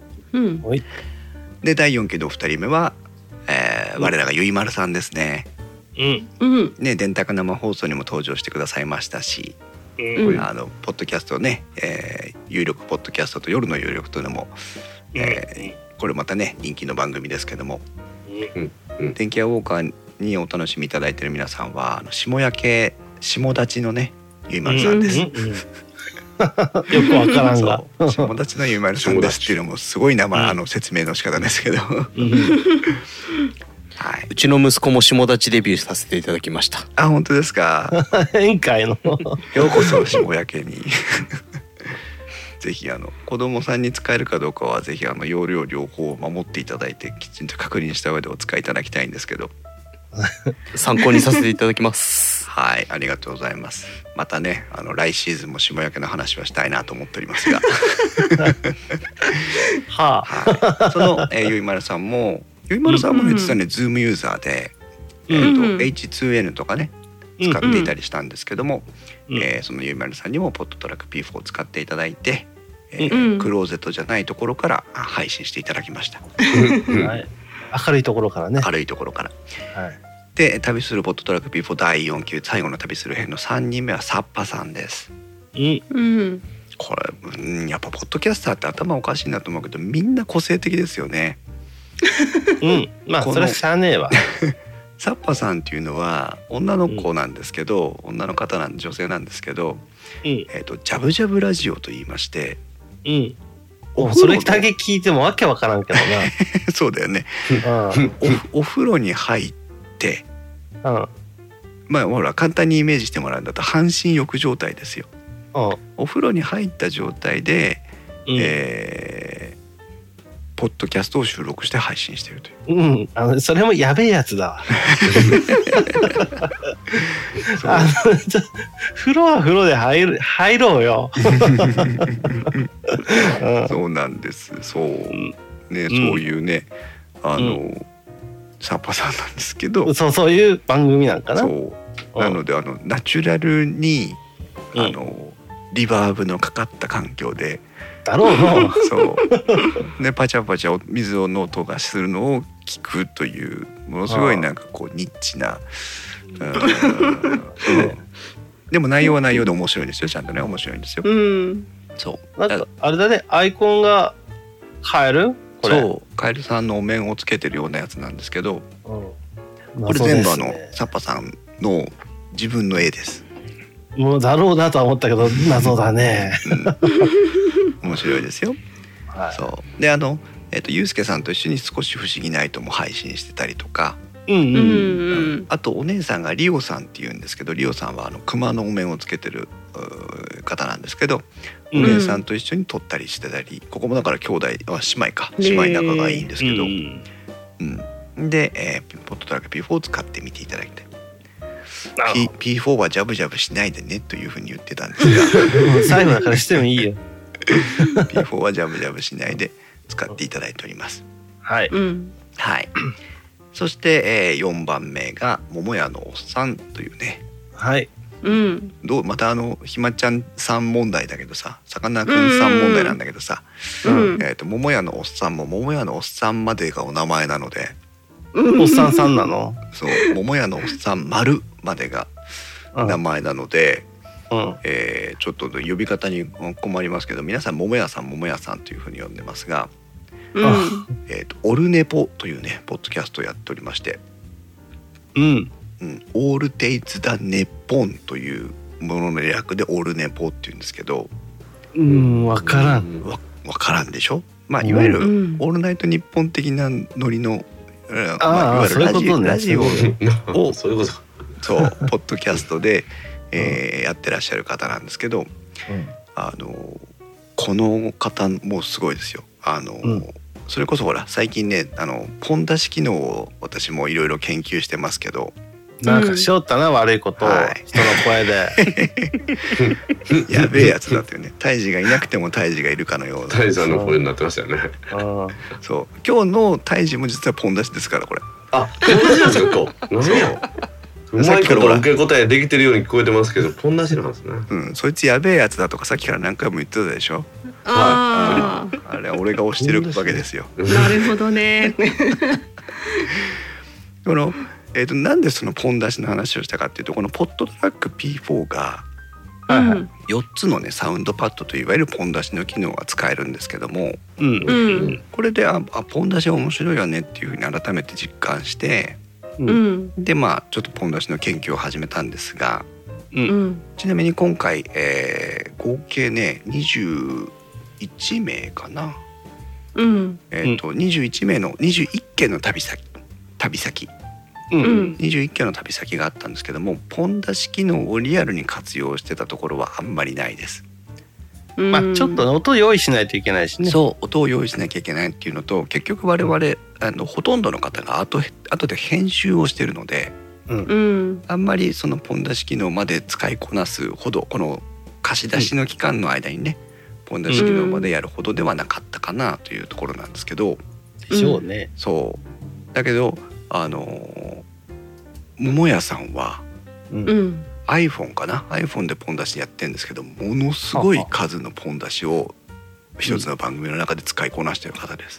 で第4期の2人目は、我らがゆいまるさんですね。ね、電卓生放送にも登場してくださいましたし、ポッドキャストね、有力ポッドキャストと夜の有力というのも、これまたね人気の番組ですけども、電気屋ウォーカーにお楽しみいただいている皆さんは下立ちのねゆいまるさんです。よくわからんが下立ちのゆいまるさんですっていうのもすごい説明の仕方ですけどはい、 うちの息子も下立ちデビューさせていただきました。 あ、本当ですか。 宴会のようこそ下焼けにぜひ子供さんに使えるかどうかはぜひ容量両方守っていただいてきちんと確認した上でお使いいただきたいんですけど参考にさせていただきますはい、ありがとうございます。またね来シーズンも下焼けの話はしたいなと思っておりますがはい、そのゆいまるさんもゆいまるさんも実はね、ズームユーザーで、H2N とかね使っていたりしたんですけども、そのゆいまるさんにもポッドトラック P4 を使っていただいて、クローゼットじゃないところから配信していただきましたはい、明るいところからね。 明るいところから、はい、で旅するポッドトラック P4 第4期最後の旅する編の3人目はサッパさんです。これやっぱポッドキャスターって頭おかしいなと思うけどみんな個性的ですよねまあそれはしゃあねえわサッパさんっていうのは女の子なんですけど、女の方女性なんですけど、ジャブジャブラジオと言いまして、 それだけ聞いてもわけわからんけどなそうだよねお風呂に入って、まあほら簡単にイメージしてもらうんだと半身浴状態ですよ。お風呂に入った状態で、ポッドキャストを収録して配信しているという。 それもやべえやつだわ風呂は風呂で入ろうよそうなんです。そうね、そういうねサッパさんなんですけど、 そういう番組なんかな。 そうなのでナチュラルにリバーブのかかった環境でだろうなそうでパチャパチャ水の音がするのを聞くというものすごいなんかこうニッチなでも内容は内容で面白いんですよ。ちゃんとね面白いんですよ。そうなんかあれだね、アイコンがカエル、これそうカエルさんのお面をつけてるようなやつなんですけど、これ全部サッパさんの自分の絵です。 もうだろうなとは思ったけど謎だね、 面白いですよ。そうでゆうすけさんと一緒に少し不思議ナイトも配信してたりとか、あとお姉さんがリオさんっていうんですけど、リオさんは熊のお面をつけてる方なんですけど、お姉さんと一緒に撮ったりしてたり、ここもだから兄弟は姉妹か、姉妹仲がいいんですけど、で、ポッドトラック P4 を使ってみていただきたい。P4 はジャブジャブしないでねというふうに言ってたんですが最後だからしてもいいよ P4 はジャブジャブしないで使っていただいております。 はい、 はい。そして、4番目が桃屋のおっさんというね。 はい。 どうまたひまちゃんさん問題だけどさ、さかなクンさん問題なんだけどさ、桃屋のおっさんも桃屋のおっさんまでがお名前なので、 おっさんさんなの？ そう、桃屋のおっさん丸までが名前なので、ちょっと呼び方に困りますけど、皆さん桃屋さん桃屋さんというふうに呼んでますが、 オルネポというねポッドキャストをやっておりまして、オールデイズ・ダ・ネッポンというものの略でオルネポっていうんですけど、 分からん。 分からんでしょ。まあいわゆるオールナイトニッポン的なノリの、いわゆるラジオをそうポッドキャストで、やってらっしゃる方なんですけど、この方もすごいですよ。それこそほら最近ねポン出し機能を私もいろいろ研究してますけど、 なんかしよったな、悪いことを人の声でやべえやつだっていうね。胎児がいなくても胎児がいるかのような胎児さんの声になってましたよね。 そう今日の胎児も実はポン出しですからこれ。 ポン出しなんですか今日。何やうまいこと受け答えできてるように聞こえてますけどポン出しなんですね。 そいつやべえやつだとかさっきから何回も言ってたでしょ。あれ俺が推してるわけですよ。 なるほどね。 このなんでそのポン出しの話をしたかっていうと、このポッドトラック P4 が4つのねサウンドパッドといわゆるポン出しの機能が使えるんですけども、これでポン出しは面白いよねっていうふうに改めて実感して、でまあちょっとポン出しの研究を始めたんですが、ちなみに今回、合計ね21名かな、21名の21件の旅先21件の旅先があったんですけども、ポン出し機能をリアルに活用してたところはあんまりないです。 ちょっと音を用意しないといけないしね。 そう音を用意しなきゃいけないっていうのと、結局我々ほとんどの方が後で編集をしてるので、あんまりそのポン出し機能まで使いこなすほど、この貸し出しの期間の間にね、ポン出し機能までやるほどではなかったかなというところなんですけど。 でしょうね。 そうだけど桃屋さんは、iPhone かな iPhone でポン出しやってるんですけど、ものすごい数のポン出しを一つの番組の中で使いこなしている方です。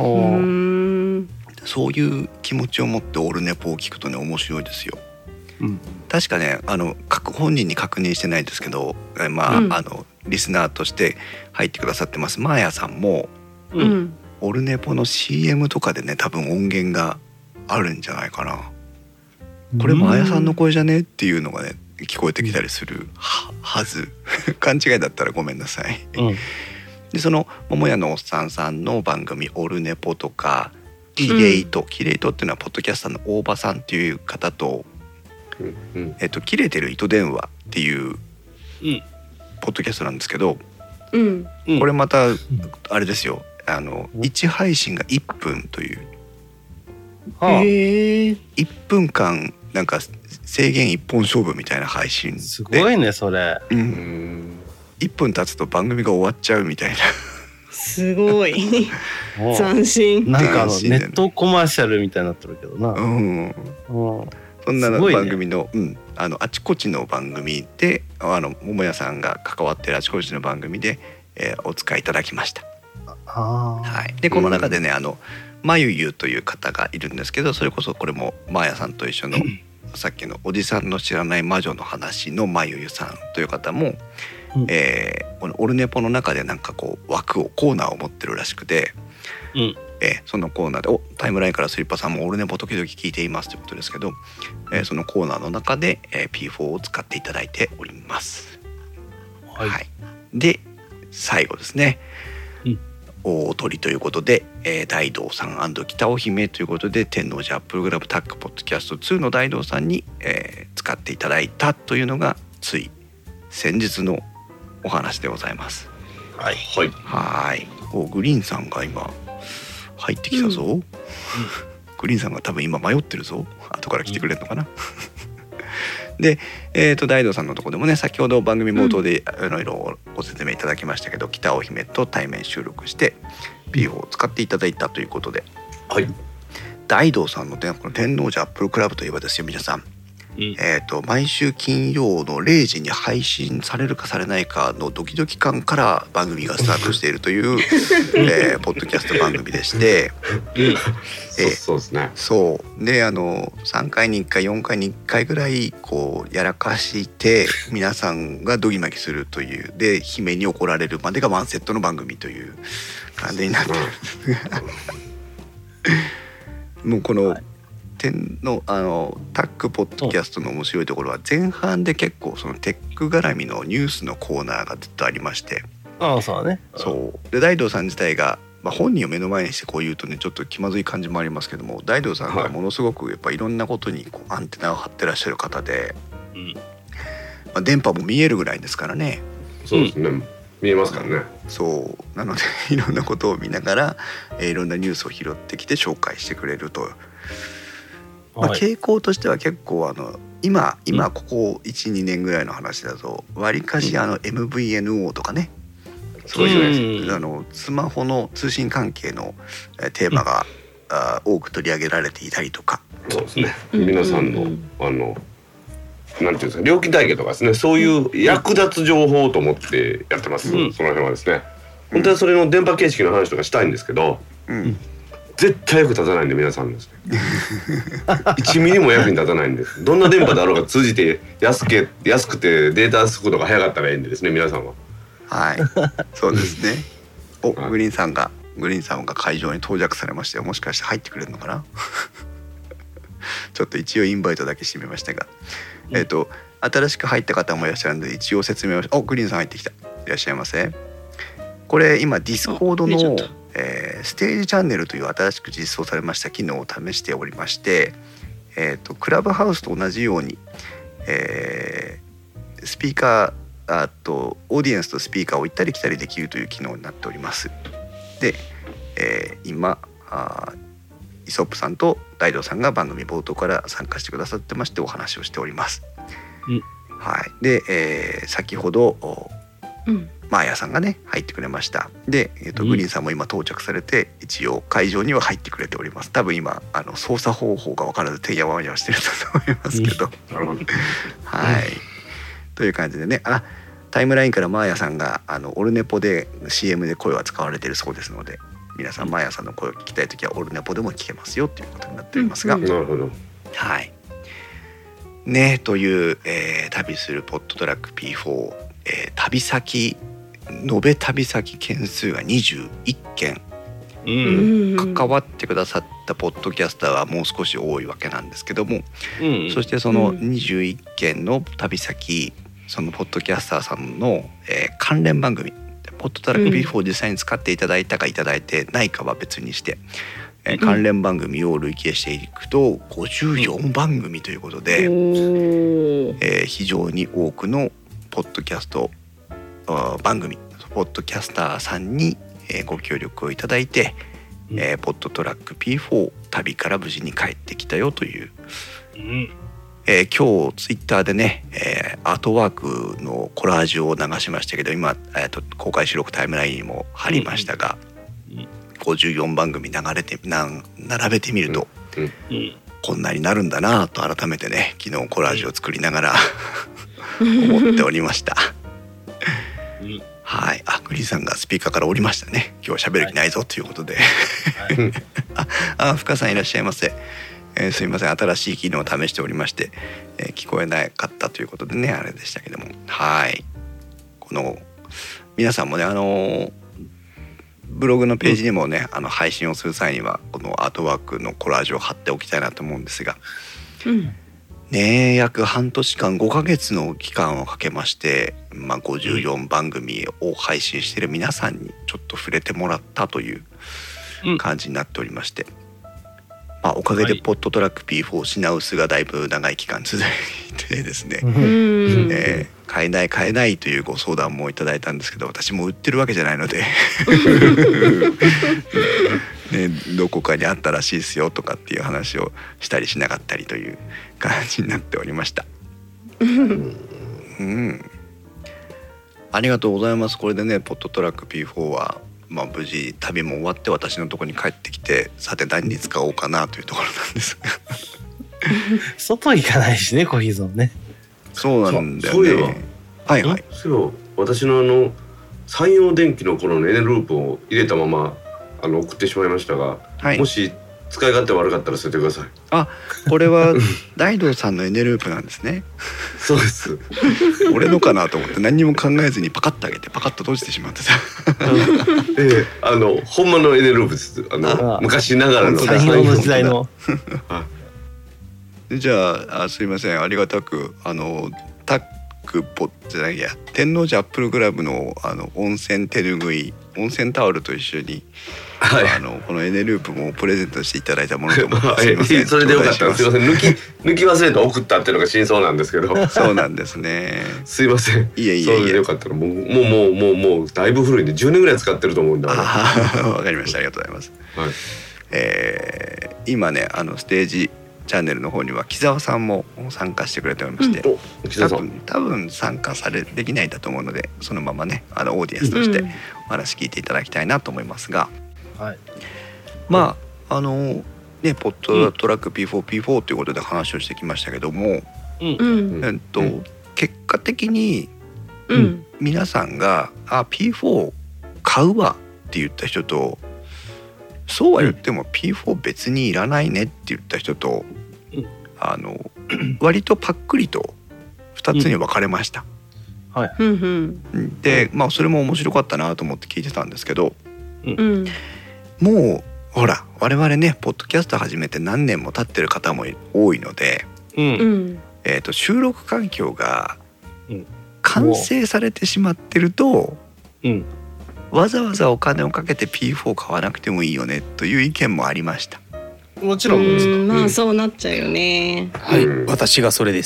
そういう気持ちを持ってオルネポを聞くとね面白いですよ。確かね本人に確認してないですけど、リスナーとして入ってくださってますマーヤさんも、オルネポの CM とかでね多分音源があるんじゃないかな。これマーヤさんの声じゃねっていうのがね聞こえてきたりするはず。勘違いだったらごめんなさい。でその桃屋のおっさんさんの番組オルネポとかキレイトっていうのはポッドキャスターの大場さんっていう方と、切れてる糸電話っていうポッドキャストなんですけど、これまたあれですよ、1配信が1分という、1分間なんか制限1本勝負みたいな配信で、 すごいねそれ。 1分経つと番組が終わっちゃうみたいな。 すごい斬新。 なんかネットコマーシャルみたいになってるけどな。 そんな番組の、あちこちの番組で桃屋さんが関わっているあちこちの番組で、お使いいただきました。でこの中でねまゆゆという方がいるんですけど、それこそこれもマーヤさんと一緒のさっきのおじさんの知らない魔女の話のまゆゆさんという方も、このオルネポの中でなんかこうコーナーを持ってるらしくて、そのコーナーでタイムラインからスリッパさんもオルネポ時々聞いていますということですけど、そのコーナーの中で、P4 を使っていただいております。で最後ですね、大鳥ということで、大道さん&北尾姫ということで天王寺アップルグラブタックポッドキャスト2の大道さんに、使っていただいたというのがつい先日のお話でございます。グリーンさんが今入ってきたぞ。グリーンさんが多分今迷ってるぞ。後から来てくれるのかな。で、大道さんのところでもね先ほど番組冒頭でいろいろご説明いただきましたけど、北尾姫と対面収録して P4 を使っていただいたということで、大道さんのこの天王寺アップルクラブといえばですよ皆さん、 毎週金曜の0時に配信されるかされないかのドキドキ感から番組がスタートしているという、ポッドキャスト番組でして、 そうですね。 そうで3回に1回4回に1回ぐらいこうやらかして皆さんがドギマギするというで姫に怒られるまでがワンセットの番組という感じになってるもうこの、点のタックポッドキャストの面白いところは前半で結構そのテック絡みのニュースのコーナーがずっとありまして、 そうだね。 そうで大道さん自体が、本人を目の前にしてこう言うとねちょっと気まずい感じもありますけども、大道さんがものすごくやっぱいろんなことにこうアンテナを張ってらっしゃる方で、電波も見えるぐらいですからね。 そうですね、見えますからね。 そうなのでいろんなことを見ながら、いろんなニュースを拾ってきて紹介してくれると。傾向としては結構今ここ 1,2 年ぐらいの話だとわりかしMVNO とかね、そういうスマホの通信関係のテーマが多く取り上げられていたりとか、 そうですね、皆さんのなんていうんですか、料金体系とかですね、そういう役立つ情報と思ってやってます、その辺はですね。本当はそれの電波形式の話とかしたいんですけど、絶対役立たないんで皆さんですね1ミリも役に立たないんです。どんな電波だろうが通じて安くてデータ速度が速かったらいいんでですね、皆さんは。 はいそうですねグリーンさんが会場に到着されまして、もしかして入ってくれるのかなちょっと一応インバイトだけしてみましたが、新しく入った方もいらっしゃるので一応説明をグリーンさん入ってきた、いらっしゃいませ。これ今ディスコードのステージチャンネルという新しく実装されました機能を試しておりまして、クラブハウスと同じように、スピーカーとオーディエンスとスピーカーを行ったり来たりできるという機能になっております。で、今イソップさんと大道さんが番組冒頭から参加してくださってましてお話をしております。はい、で、先ほどマーヤさんがね入ってくれました。で、グリーンさんも今到着されて一応会場には入ってくれております。多分今操作方法が分からずてんやわんやしてると思いますけど、はいという感じでね、タイムラインからマーヤさんがオルネポで CM で声は使われているそうですので、皆さんマーヤさんの声を聞きたいときはオルネポでも聞けますよということになっておりますが、 なるほど。 はいね、という、旅するポッドトラック P4、旅先延べ旅先件数が21件、関わってくださったポッドキャスターはもう少し多いわけなんですけども、そしてその21件の旅先、そのポッドキャスターさんの、関連番組ポッドトラック P4 を実際に使っていただいたかいただいてないかは別にして、関連番組を累計していくと54番組ということで、非常に多くのポッドキャスト番組ポッドキャスターさんにご協力をいただいて、ポッドトラック P4 旅から無事に帰ってきたよという、今日ツイッターでね、アートワークのコラージュを流しましたけど、今、公開収録タイムラインにも貼りましたが、54番組並べてみると、こんなになるんだなと改めてね昨日コラージュを作りながら思っておりましたはい、グリーンさんがスピーカーから降りましたね。今日喋る気ないぞということで、深さんいらっしゃいませ。すみません、新しい機能を試しておりまして、聞こえなかったということでねあれでしたけども、はい、この皆さんもねブログのページにもね、配信をする際にはこのアートワークのコラージュを貼っておきたいなと思うんですが、ね、約半年間5ヶ月の期間をかけまして、54番組を配信している皆さんにちょっと触れてもらったという感じになっておりまして、おかげでポッドトラック P4 品薄がだいぶ長い期間続いてですね、買えないというご相談もいただいたんですけど、私も売ってるわけじゃないのでね、どこかにあったらしいですよとかっていう話をしたりしなかったりという感じになっておりましたありがとうございます。これでねポッドトラック P4 は無事旅も終わって私のところに帰ってきて、さて何に使おうかなというところなんですが外行かないしね、コーヒーゾーンね。 そうなんだよね。 そういえば、 はいはい。 そう、私の山陽電機の頃のエネループを入れたまま送ってしまいましたが、はい、もし使い勝手悪かったら捨ててください。 あ、これは大道さんのエネループなんですね。 そうです。 俺のかなと思って何にも考えずにパカッと開けてパカッと閉じてしまってさ。 ほんまのエネループです。昔ながらの山陽の時代の。 じゃあ、すいません、ありがたくタックポじゃないや、天王寺アップルクラブの温泉手ぬぐい、温泉タオルと一緒に、はい、このエネループもプレゼントしていただいたものと思って、すいません。 それでよかったらすいません。抜き忘れて送ったっていうのが真相なんですけど。 そうなんですね。 すいません。 いえ。 それでよかったらもうだいぶ古いんで10年ぐらい使ってると思うんだ。 わかりました。ありがとうございます。はい、今ねステージチャンネルの方には木澤さんも参加してくれておりまして、多分参加できないんだと思うので、そのままねオーディエンスとしてお話聞いていただきたいなと思いますが、はい、まあね、ポットトラック P4 ということで話をしてきましたけども、結果的に、皆さんがP4 買うわって言った人と、そうは言っても P4 別にいらないねって言った人と、割とパックリと2つに分かれました。はい、で、それも面白かったなと思って聞いてたんですけど、もうほら我々ねポッドキャスト始めて何年も経ってる方も多いので、収録環境が完成されてしまってると、わざわざお金をかけて P4 買わなくてもいいよねという意見もありました。 もちろんそうなっちゃうよね。 はい、私がそれです。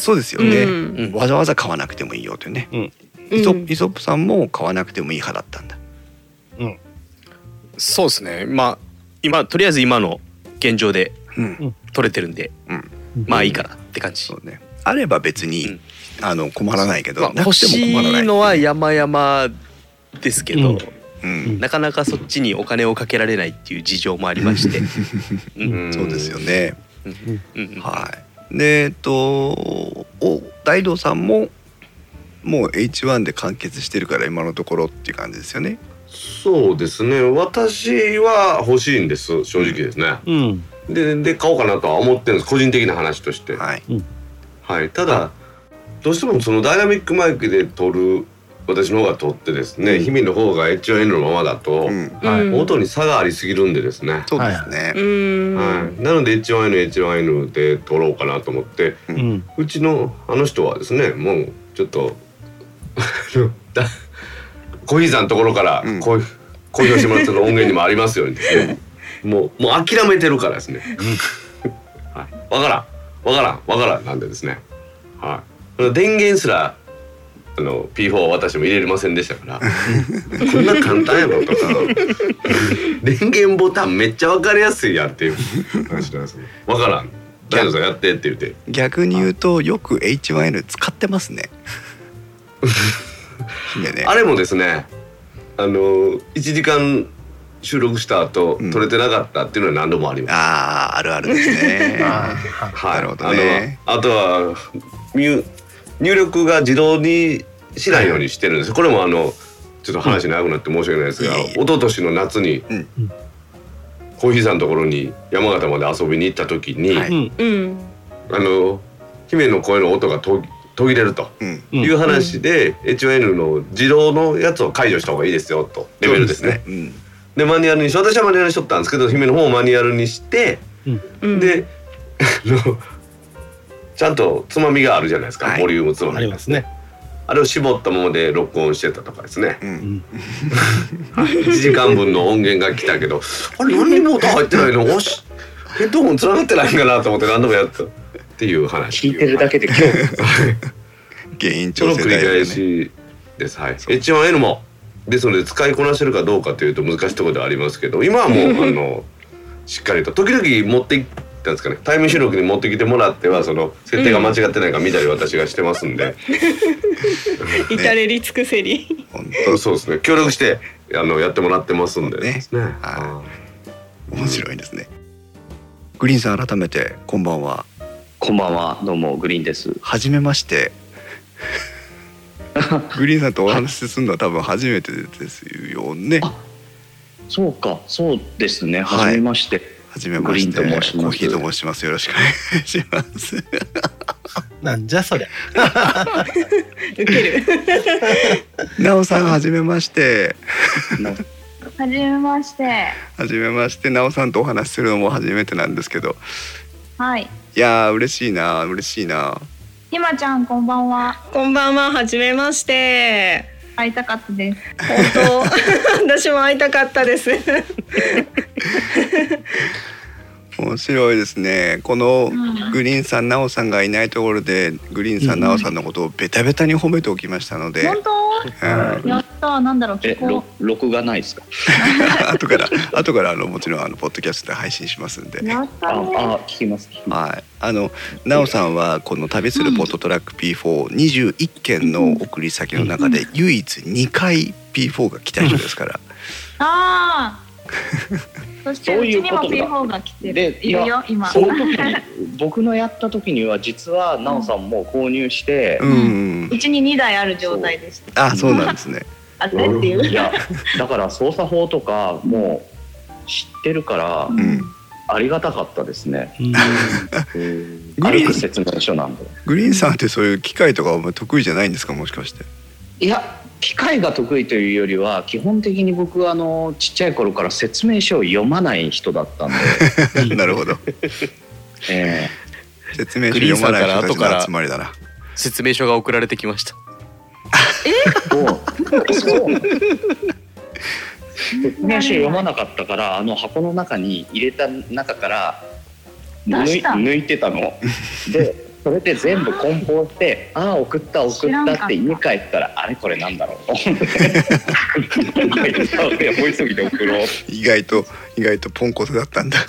そうですよね。わざわざ買わなくてもいいよというね。イソップさんも買わなくてもいい派だったんだ。 そうですね。今とりあえず今の現状で取れてるんで、まあいいかなって感じ。 そうね。あれば別に困らないけど、 欲しいのは山々ですけど、なかなかそっちにお金をかけられないっていう事情もありまして、 そうですよね。はい。で大道さんももう H1 で完結してるから今のところっていう感じですよね。 そうですね。私は欲しいんです、正直ですね。で買おうかなとは思ってるんです、個人的な話として。はい。ただどうしてもそのダイナミックマイクで撮る私の方が撮ってですね、姫の方が H1N のままだと、音に差がありすぎるんでですね。 そうですね。 なので H1N で撮ろうかなと思って、うちの人はですね、もうちょっと小日さんのところから公表してもらってる音源にもありますようにですね、もう諦めてるからですね。わからんなんでですね。電源すらP4 は私も入れれませんでしたからこんな簡単やろとか電源ボタンめっちゃ分かりやすいやっていう話なんですよ。分からん、大野さんやってって言って。 逆に言うとよく H1N 使ってますね。 あれもですね、1時間収録した後、撮れてなかったっていうのは何度もあります。 あるあるですね。なるほどね。 あとは入力が自動にしないようにしてるんです。これもちょっと話長くなって申し訳ないですが、一昨年の夏にコーヒーさんのところに山形まで遊びに行った時に、姫の声の音が途切れるという話で、H1N の自動のやつを解除した方がいいですよとレベルですね。でマニュアルにして、私はマニュアルにしとったんですけど、姫の方をマニュアルにして、でちゃんとつまみがあるじゃないですか、ボリュームつまみ。 ありますね。 あれを絞ったままで録音してたとかですね。1時間分の音源が来たけど、あれ何にも音入ってないの、ヘッドホンつながってないんかなと思って何度もやったっていう話。 聞いてるだけで今日原因調整その繰り返しです。H1N もですので、使いこなせるかどうかというと難しいところではありますけど、今はもうしっかりと時々持ってなんですかね、タイム収録に持ってきてもらっては、その設定が間違ってないか見たり私がしてますんで、 至れり尽くせり。 そうですね、協力してやってもらってますんでですね。 面白いですね。グリーンさん、改めてこんばんは。 こんばんは、どうもグリーンです。 はじめまして。グリーンさんとお話しするのは多分初めてですよね。 そうか、そうですね。はじめまして。 はじめまして。コーヒーと申します。よろしくお願いします。 なんじゃそりゃ。 ウケる。 なおさん、はじめまして。 はじめまして。 はじめまして。なおさんとお話しするのも初めてなんですけど。 はい。 いやー、嬉しいな、嬉しいな。 ひまちゃん、こんばんは。 こんばんは、はじめまして。 会いたかったです。 本当、私も会いたかったです。 面白いですね。このグリーンさん、なおさんがいないところでグリーンさん、なおさんのことをベタベタに褒めておきましたので。 本当？やった。なんだろう、 録画ないですか？ 後からもちろんポッドキャストで配信しますんで。 やったね。 聞きます。 はい。なおさんはこの旅するポットトラック P4、21件の送り先の中で唯一2回 P4 が来た人ですから。 ああ。そしてうちにも P4 が来てる。いるよ今。 その時に僕のやった時には実はなおさんも購入して、 うちに2台ある状態でした。 あ、そうなんですね。 あってっていう。 いや、だから操作法とかもう知ってるから、ありがたかったですね。ある説明書なんで。 グリーンさんってそういう機械とかは得意じゃないんですか、もしかして？ いや、機械が得意というよりは基本的に僕はちっちゃい頃から説明書を読まない人だったんで。 なるほど。説明書読まない人たちの集まりだな。 説明書が送られてきました。 そう説明書読まなかったから箱の中に入れた中から抜いてたので、それで全部梱包して送ったって家帰ったらあれこれなんだろう思いすぎて送ろう。 意外とポンコツだったんだ。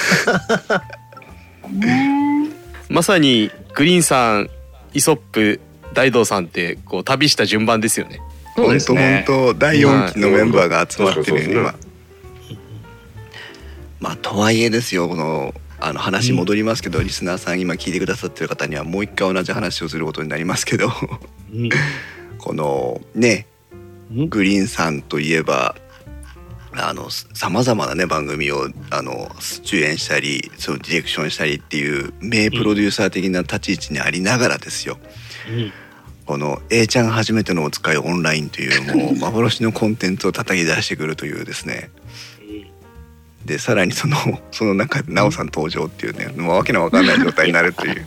まさにグリーンさん、イソップ、大道さんってこう旅した順番ですよね。 本当第4期のメンバーが集まってる今。まあとはいえですよ、この話戻りますけど、リスナーさん今聞いてくださってる方にはもう一回同じ話をすることになりますけど、このね、グリーンさんといえばさまざまなね番組を出演したり、そのディレクションしたりっていう名プロデューサー的な立ち位置にありながらですよ、この A ちゃん初めてのお使いオンラインというもう幻のコンテンツを叩き出してくるというですね。でさらにその中でなおさん登場っていうね、もうわけのわかんない状態になるという。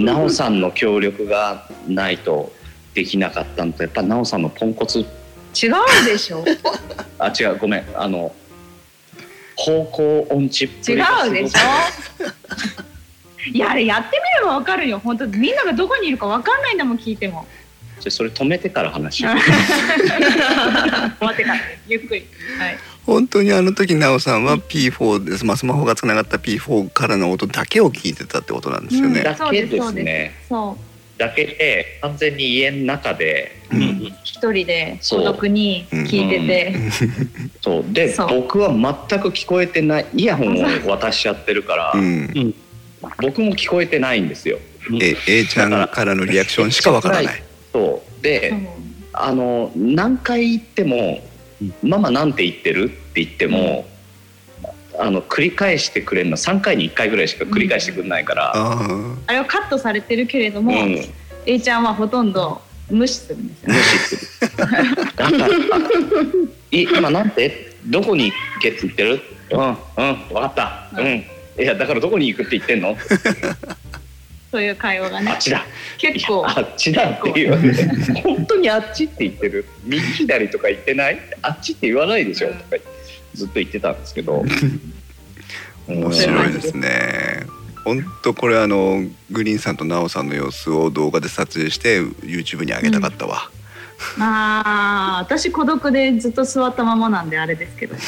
なおさんの協力がないとできなかったのと、やっぱなおさんのポンコツ。 違うでしょ。 違う、ごめん、方向音痴っぷりがすごく。違うでしょ。いや、あれやってみればわかるよ。本当みんながどこにいるかわかんないんだもん、聞いても。 それ止めてから話を。 終わってからゆっくり。はい。 本当に時なおさんは P4 です、スマホがつながった P4 からの音だけを聞いてたってことなんですよね。 だけですね。だけで完全に家の中で一人で孤独に聞いてて、 そうで僕は全く聞こえてない、イヤホンを渡しちゃってるから、僕も聞こえてないんですよ。 A ちゃんからのリアクションしかわからない。 そうで何回言ってもママなんて言ってるって言っても、繰り返してくれるの3回に1回ぐらいしか繰り返してくれないから、 あれはカットされてるけれども、A ちゃんはほとんど無視するんですよ。 無視する。だから今なんてどこに行けって言ってる？分かった。いやだからどこに行くって言ってんの？ そういう会話がね。 あっちだ。 結構。 あっちだっていうね。本当にあっちって言ってる。右左とか言ってない？あっちって言わないでしょとかずっと言ってたんですけど。 面白いですね。本当これグリーンさんとナオさんの様子を動画で撮影して YouTube に上げたかったわ。 私孤独でずっと座ったままなんであれですけど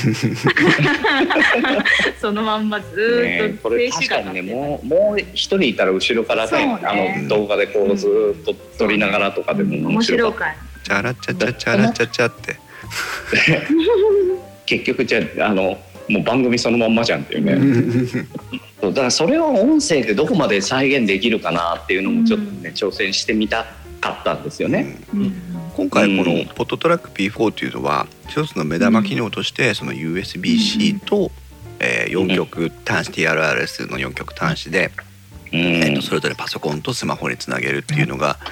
そのまんまずっとこれ確かにね、もう一人いたら後ろからね、動画でこうずっと撮りながらとかでも面白かった。 チャラチャチャチャラチャチャって結局じゃもう番組そのまんまじゃんっていうね。 だからそれを音声でどこまで再現できるかなっていうのもちょっとね、挑戦してみたかったんですよね。 今回このポットトラック P4 というのは一つの目玉機能としてその USB-C と4曲端子 TRRS の4曲端子でそれぞれパソコンとスマホにつなげるっていうのが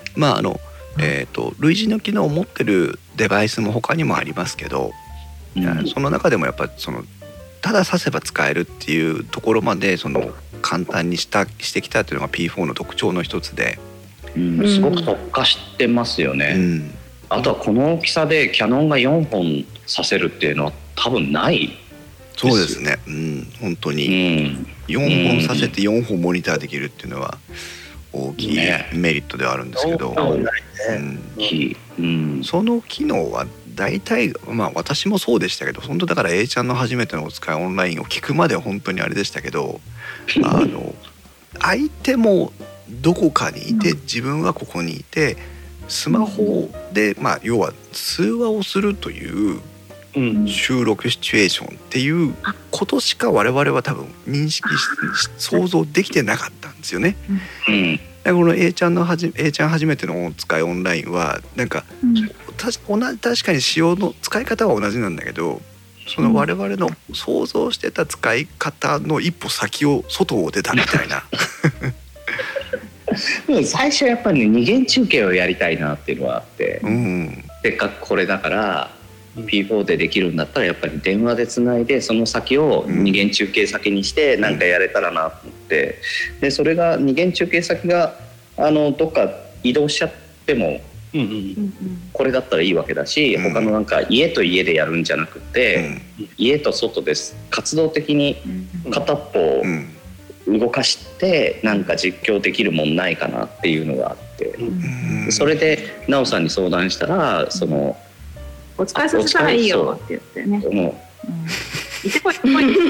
類似の機能を持ってるデバイスも他にもありますけど、その中でもやっぱそのただ挿せば使えるっていうところまでその簡単にしてきたっていうのが P4 の特徴の一つで、 すごく特化してますよね。あとはこの大きさでキャノンが4本挿せるっていうのは多分ないですよ。 そうですね、本当に4本挿せて4本モニターできるっていうのは大きいメリットではあるんですけど、その機能は大体私もそうでしたけど、本当だから A ちゃんの初めてのお使いオンラインを聞くまでは本当にあれでしたけど、相手もどこかにいて自分はここにいてスマホで要は通話をするという収録シチュエーションっていうことしか我々は多分認識想像できてなかったんですよね。この A ちゃん初めてのお使いオンラインはなんか確かに仕様の使い方は同じなんだけど、その我々の想像してた使い方の一歩先を外を出たみたいな最初やっぱり二元中継をやりたいなっていうのはあって、せっかくこれだから P4 でできるんだったらやっぱり電話でつないでその先を二元中継先にしてなんかやれたらなと思って、でそれが二元中継先がどっか移動しちゃってもこれだったらいいわけだし、他のなんか家と家でやるんじゃなくて家と外です活動的に片っぽを動かしてなんか実況できるもんないかなっていうのがあって、それで奈緒さんに相談したらそのお使いさせたらいいよって言ってね。行ってこい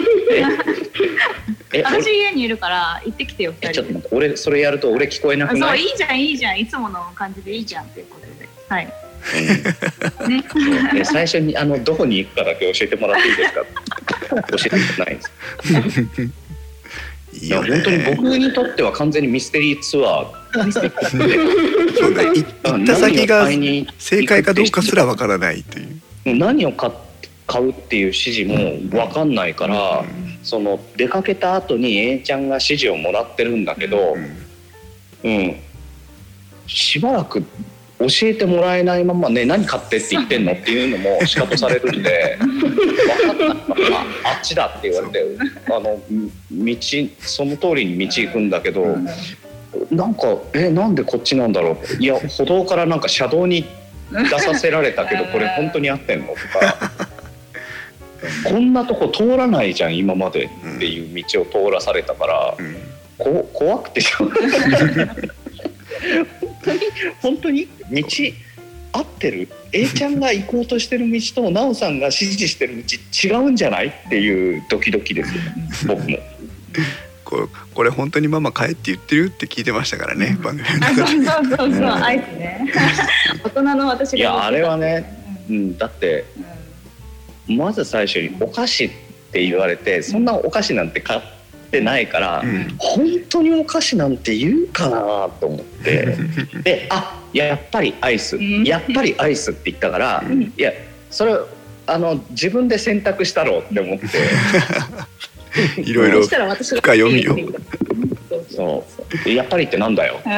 私家にいるから行ってきてよ2人で。 ちょっと待って、俺それやると俺聞こえなくない？ そう、いいじゃんいつもの感じでいいじゃんっていうことで、はい。 ね、最初にどこに行くかだけ教えてもらっていいですか？教えてないです。いや本当に僕にとっては完全にミステリーツアー。 そうね、行った先が正解かどうかすらわからないという。 何を買うっていう指示もわかんないから、その出かけた後に A ちゃんが指示をもらってるんだけど、しばらく教えてもらえないままね、何買ってって言ってんのっていうのも仕方されるんで分かったからあっちだって言われてその通りに道行くんだけど、なんかなんでこっちなんだろう、いや歩道からなんか車道に出させられたけどこれ本当に合ってんのとかこんなとこ通らないじゃん今までっていう道を通らされたから、怖くてしょうがない本当に道合ってる A ちゃんが行こうとしてる道と奈緒さんが指示してる道違うんじゃないっていうドキドキですよ僕もこれ本当にママ帰って言ってるって聞いてましたからね、番組の中で。そうあえてね大人の私がいやあれはね、だってまず最初にお菓子って言われて、そんなお菓子なんて買ってないから、本当にお菓子なんて言うかなと思ってでやっぱりアイス、やっぱりアイスって言ったから、いやそれ自分で選択したろうって思っていろいろ深読みをそうやっぱりってなんだよ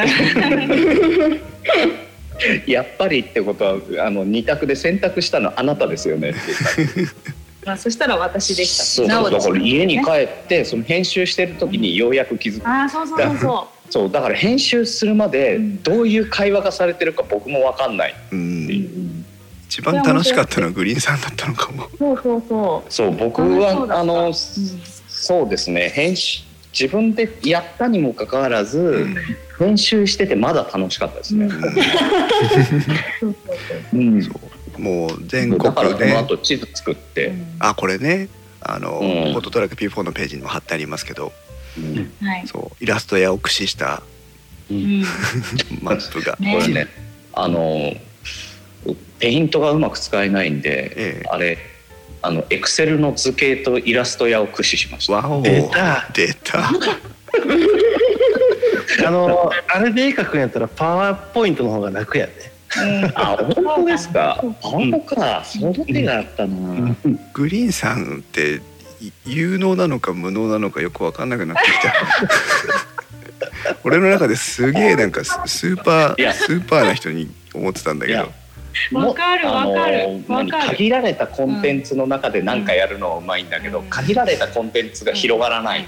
やっぱりってことは2択で選択したのあなたですよねって言ったそしたら私でした。 そうだから家に帰ってその編集してる時にようやく気づく。そうだから編集するまでどういう会話がされてるか僕も分かんないっていう。 一番楽しかったのはグリーンさんだったのかも。 そう僕はそうですね、編集自分でやったにもかかわらず、編集しててまだ楽しかったですね。 もう全国でだからこの後地図作って、 これねフォトトラック P4 のページにも貼ってありますけど、そうイラストやを駆使したマップがこれねペイントがうまく使えないんで、あれエクセルの図形とイラスト屋を駆使しました。 わお、 出たあれで絵描くんやったらパワーポイントの方が楽やで。 あ、本当ですか。本当か。その手があったな。 グリーンさんって有能なのか無能なのかよく分かんなくなってきた。俺の中ですげえなんかスーパーな人に思ってたんだけど。 わかる。 限られたコンテンツの中で何かやるのはうまいんだけど、限られたコンテンツが広がらない。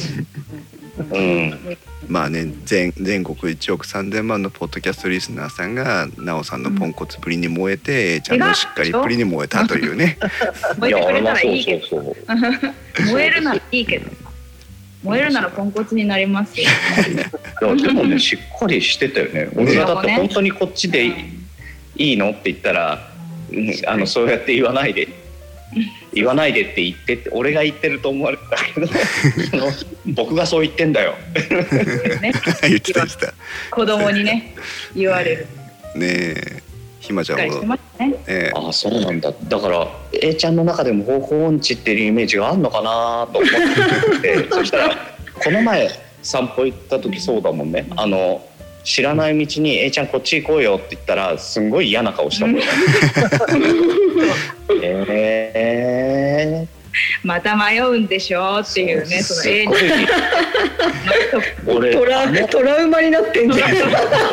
まあね、全国1億3000万のポッドキャストリスナーさんがなおさんのポンコツぶりに燃えて、ちゃんとしっかりぶりに燃えたというね。 燃えてくれたらいいけど。燃えるならいいけど。燃えるならポンコツになりますよ。 でもね、しっかりしてたよね。俺がだって本当にこっちでいいのって言ったら、そうやって言わないでって言ってって俺が言ってると思われたけど僕がそう言ってんだよ。 言ってた子供にね言われるねえ。ひまちゃんもあ、そうなんだ。だから A ちゃんの中でも方向音痴っていうイメージがあるのかなと思ってそしたらこの前散歩行った時そうだもんね。知らない道に A ちゃんこっち行こうよって言ったらすんごい嫌な顔したもんね。 また迷うんでしょっていうね、その A にトラウマになってんじゃん。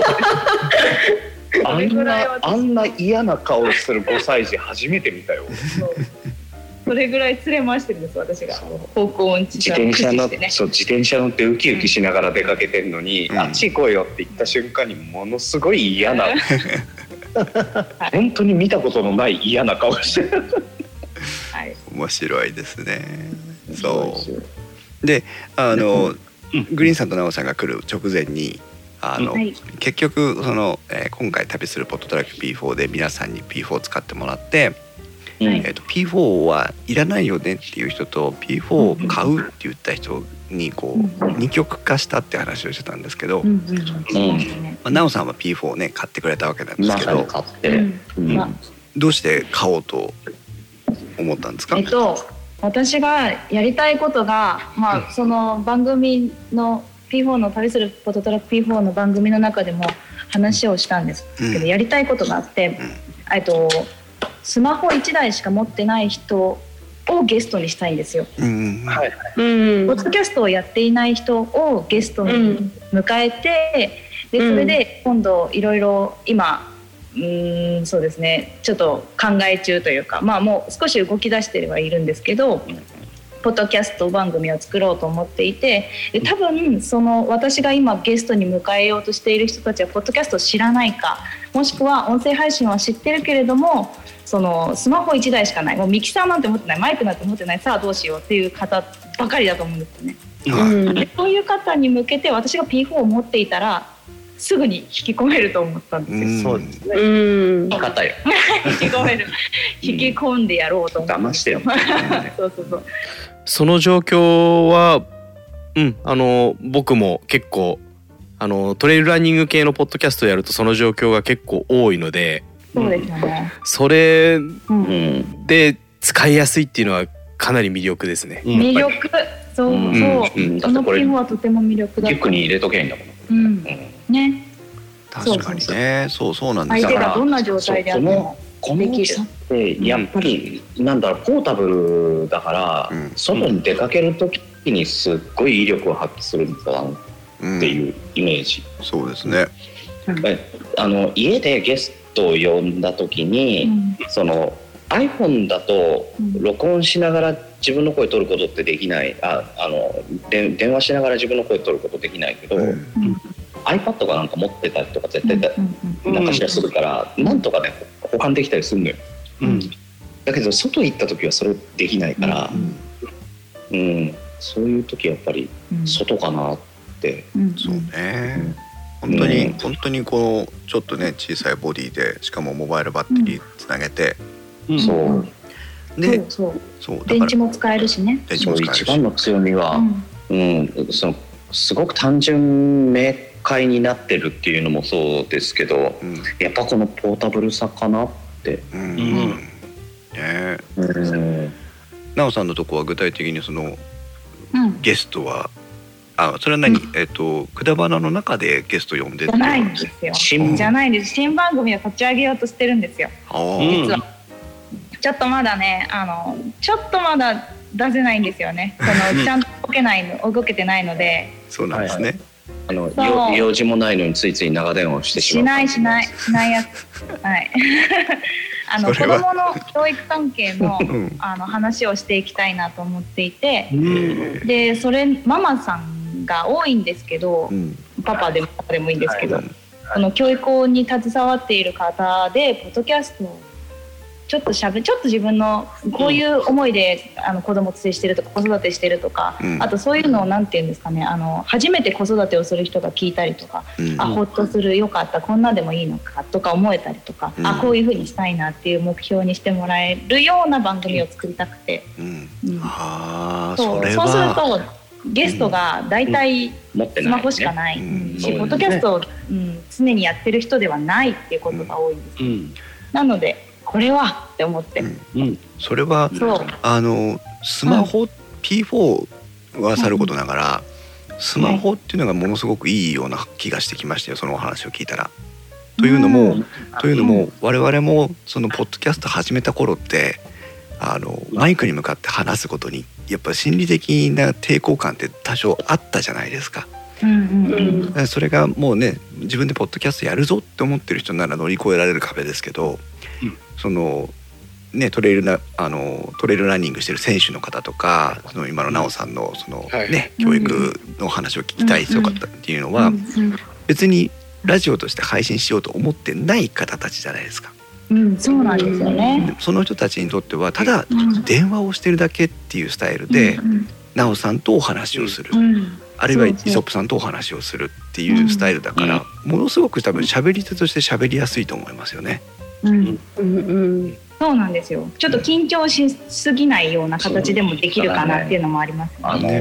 あんな嫌な顔する5歳児初めて見たよ。 それぐらい連れ回してるんです、私が。方向音痴自転車乗ってウキウキしながら出かけてるのに、あっち行こうよって言った瞬間にものすごい嫌な本当に見たことのない嫌な顔してる。 面白いですね。そうでグリーンさんとナオさんが来る直前に結局今回旅するポットトラック P4 で皆さんに P4 を使ってもらって、P4 はいらないよねっていう人と P4 を買うって言った人にこう二極化したって話をしてたんですけど、ナオさんは P4 をね買ってくれたわけなんですけど、どうして買おうと思ったんですか？ 私がやりたいことが、その番組の P4 の旅するポットトラック P4 の番組の中でも話をしたんですけど、やりたいことがあって、スマホ1台しか持ってない人をゲストにしたいんですよ。ポッドキャストをやっていない人をゲストに迎えて、でそれで今度いろいろ今そうですね、ちょっと考え中というか、もう少し動き出してはいるんですけど、ポッドキャスト番組を作ろうと思っていて、で多分私が今ゲストに迎えようとしている人たちはポッドキャストを知らないか、もしくは音声配信は知ってるけれどもスマホ1台しかない、もうミキサーなんて持ってない、マイクなんて持ってない、さあどうしようっていう方ばかりだと思うんですよね。でそういう方に向けて私が P4 を持っていたらすぐに引き込めると思ったんですよ。そうですね。引き込める、引き込んでやろうと思って。 騙してよ。 そう。 その状況は、僕も結構トレイルランニング系のポッドキャストをやるとその状況が結構多いので、 そうですよね。 それで使いやすいっていうのはかなり魅力ですね。 魅力、そう。その P4 はとても魅力だ。 リュックに入れとけばいいんだもん。 ね。 確かにね。そうなんです。 相手がどんな状態であってもできる。 でやっぱりポータブルだから、外に出かける時にすっごい威力を発揮するんだなっていうイメージ。 そうですね。 家でゲストを呼んだ時に、iPhone だと録音しながら自分の声取ることってできない、電話しながら自分の声取ることできないけど、iPad がなんか持ってたりとか絶対なんかしらするから、なんとかね保管できたりするのよ。だけど外行った時はそれできないから、そういう時はやっぱり外かなって。 そうね。本当にこうちょっとね小さいボディで、しかもモバイルバッテリーつなげて、 電池も使えるしね。 一番の強みは、すごく単純明快になってるっていうのもそうですけど、やっぱこのポータブルさかなって。 なおさんのとこは具体的にその、ゲストはそれは何、くだばなの中でゲスト呼んでじゃないんですよ。じゃないんです。新番組を立ち上げようとしてるんですよ。実はちょっとまだねちょっとまだ出せないんですよね。ちゃんと動けてないので。 そうなんですね。 用事もないのについつい長電話してしまう。しないやつ。はい。子どもの教育関係の話をしていきたいなと思っていて、でそれママさんが多いんですけど、パパでもパパでもいいんですけど、教育に携わっている方でポッドキャストをちょっと自分のこういう思いで子供と接してるとか子育てしてるとか、あとそういうのをなんていうんですかね、初めて子育てをする人が聞いたりとか、ほっとする、よかった、こんなでもいいのかとか思えたりとか、こういうふうにしたいなっていう目標にしてもらえるような番組を作りたくて、そうするとゲストがだいたいスマホしかないし、ポッドキャストを常にやってる人ではないっていうことが多いんです。なのでこれはって思って、 それはスマホ P4 はさることながら、スマホっていうのがものすごくいいような気がしてきましたよ、そのお話を聞いたら。というのも我々もそのポッドキャスト始めた頃ってマイクに向かって話すことにやっぱ心理的な抵抗感って多少あったじゃないですか。それがもうね、自分でポッドキャストやるぞって思ってる人なら乗り越えられる壁ですけど、そのね、トレイルランニングしてる選手の方とか、その今のなおさんのそのね、教育の話を聞きたい人方っていうのは別にラジオとして配信しようと思ってない方たちじゃないですか。 そうなんですよね。 その人たちにとってはただ電話をしてるだけっていうスタイルでなおさんとお話をする、あるいはイソップさんとお話をするっていうスタイルだから、ものすごく多分喋り手として喋りやすいと思いますよね。 そうなんですよ。ちょっと緊張しすぎないような形でもできるかなっていうのもありますね。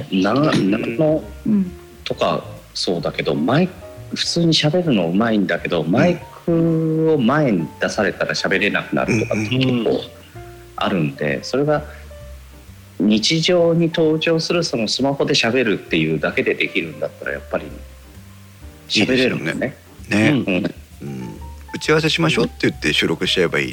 とかそうだけど、普通に喋るのうまいんだけど、マイクを前に出されたら喋れなくなるとかって結構あるんで、それが日常に登場するそのスマホで喋るっていうだけでできるんだったらやっぱり喋れるんだよね。 打ち合わせしましょうって言って収録しちゃえばいい。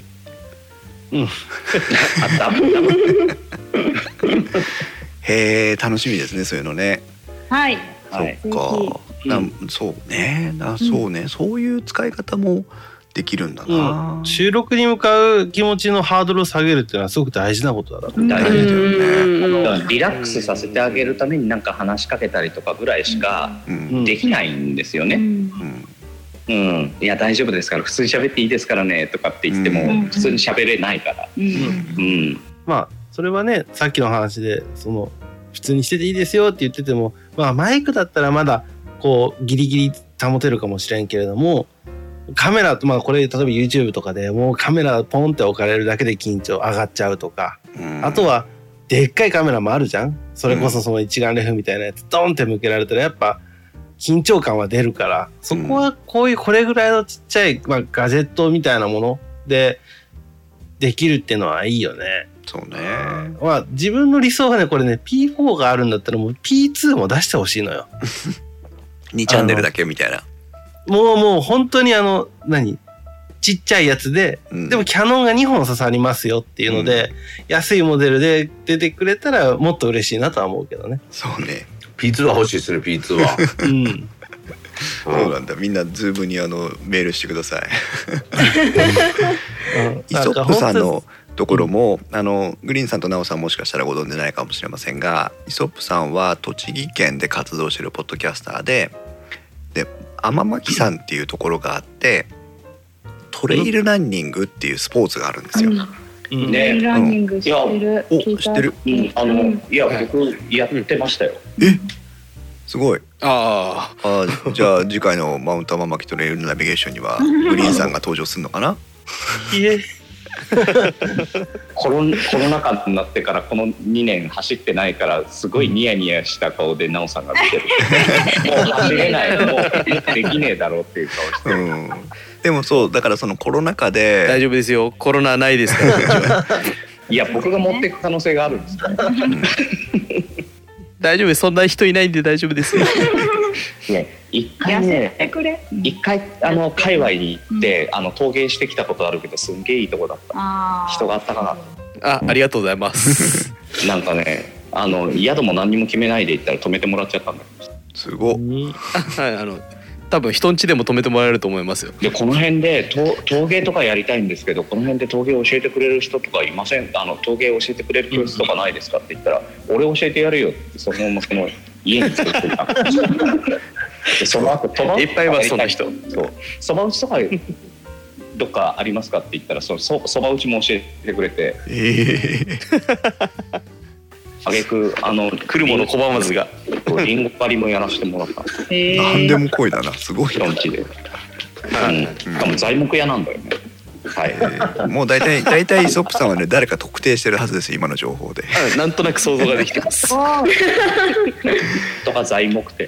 へえ、楽しみですね、そういうのね。 はい。 そっか。そうね、そういう使い方もできるんだな。 収録に向かう気持ちのハードルを下げるっていうのはすごく大事なことだな。 大事だよね。リラックスさせてあげるためになんか話しかけたりとかぐらいしかできないんですよね。いや大丈夫ですから、普通に喋っていいですからねとかって言っても普通に喋れないから。 まあそれはね、さっきの話で普通にしてていいですよって言ってても、まあマイクだったらまだこうギリギリ保てるかもしれんけれども、カメラとこれ例えば YouTube とかでもうカメラポンって置かれるだけで緊張上がっちゃうとか、あとはでっかいカメラもあるじゃん。それこそその一眼レフみたいなやつドンって向けられたらやっぱ緊張感は出るから、そこはこれぐらいのちっちゃい、ガジェットみたいなものでできるっていうのはいいよね。 そうね。 自分の理想はね、これね P4 があるんだったらもう P2 も出してほしいのよ。 2チャンネルだけみたいな。 もう本当にちっちゃいやつで、でもキャノンが2本刺さりますよっていうので、安いモデルで出てくれたらもっと嬉しいなとは思うけどね。 そうね。 P2 は欲しいですね。P2 は。 そうなんだ。みんなズームにメールしてください。イソップさんのところもグリーンさんとナオさんもしかしたらご存じないかもしれませんが、イソップさんは栃木県で活動しているポッドキャスターで天巻さんっていうところがあって、トレイルランニングっていうスポーツがあるんですよ。 トレイルランニング知ってる。 知ってる？ いや僕やってましたよ。 すごい。じゃあ次回のマウント天巻トレイルナビゲーションにはグリーンさんが登場するのかな？ コロナ禍になってからこの2年走ってないからすごいニヤニヤした顔でナオさんが見てる。もう走れない、もうできねえだろうっていう顔してる。 でもそうだからそのコロナ禍で大丈夫ですよ、コロナないですから。 いや僕が持っていく可能性があるんですか大丈夫、そんな人いないんで大丈夫ですよね、一回界隈に行って、陶芸してきたことあるけどすんげえいいとこだった。人があったかな。ありがとうございますなんかね宿も何にも決めないで行ったら泊めてもらっちゃったんだ。 すごっ多分人ん家でも泊めてもらえると思いますよ。 でこの辺で陶芸とかやりたいんですけど、この辺で陶芸教えてくれる人とかいません？陶芸教えてくれる教室とかないですかって言ったら、俺教えてやるよってそのままその家に連れてたでその後いっぱいいますそんな人。 そうそば打ちとかどっかありますかって言ったらそば打ちも教えてくれて、あげく来るもの拒まずがリンゴ狩りもやらせてもらった。 何でも来いだな、すごいな。 しかも材木屋なんだよね。 はい、もう大体イソップさんはね誰か特定してるはずです今の情報で。 なんとなく想像ができてます。 とか材木店。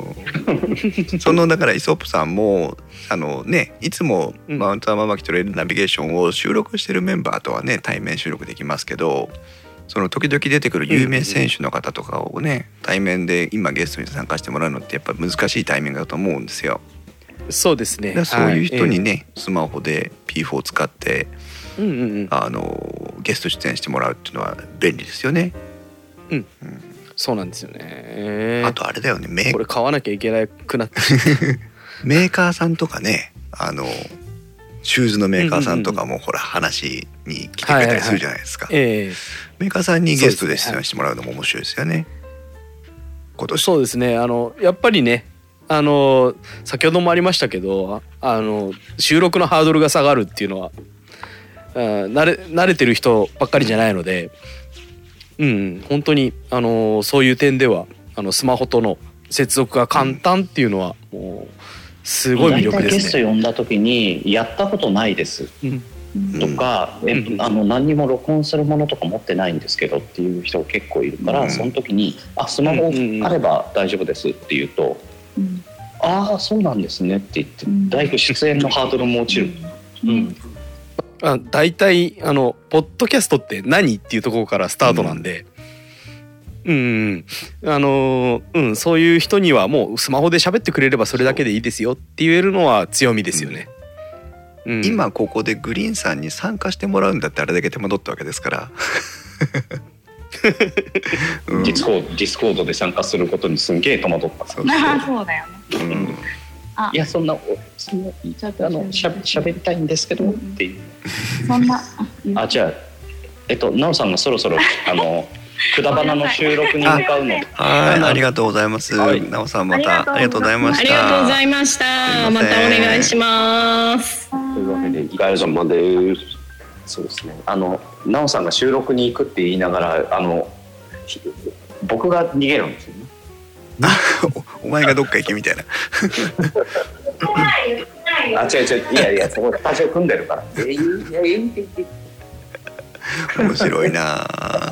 だからイソップさんもいつもマウントアーマー巻きトレイルナビゲーションを収録してるメンバーとはね対面収録できますけど、その時々出てくる有名選手の方とかをね対面で今ゲストに参加してもらうのってやっぱ難しいタイミングだと思うんですよ。 そうですね。 そういう人にね、スマホで P4 を使って、ゲスト出演してもらうっていうのは便利ですよね。 そうなんですよね。 あとあれだよね、 これ買わなきゃいけなくなってメーカーさんとかね、シューズのメーカーさんとかもほら話に来てくれたりするじゃないですか。メーカーさんにゲストで出演してもらうのも面白いですよね。今年。 そうですね。やっぱりね。先ほどもありましたけど収録のハードルが下がるっていうのは慣れてる人ばっかりじゃないので、本当にそういう点ではスマホとの接続が簡単っていうのはもうすごい魅力ですね。 ゲスト呼んだ時にやったことないです、とか、何にも録音するものとか持ってないんですけどっていう人結構いるから、その時にスマホあれば大丈夫ですって言うと、ああそうなんですねって言ってだいぶ出演のハードルも落ちる。 だいたいポッドキャストって何っていうところからスタートなんで、そういう人にはもうスマホで喋ってくれればそれだけでいいですよって言えるのは強みですよね。 今ここでグリーンさんに参加してもらうんだってあれだけ手間取ったわけですからディスコードで参加することにすんげえ戸惑った。 そうだよね。 いやそんな喋りたいんですけどっていう。 そんなじゃあなおさんがそろそろくだばなの収録に向かうので。 ありがとうございます。なおさんまたありがとうございました。 ありがとうございました。またお願いします。 というわけでお疲れ様です。そうですね。なおさんが収録に行くって言いながら僕が逃げるんですよね。 お前がどっか行けみたいな。 違ういやそこでスタジオ組んでるから。 面白いな。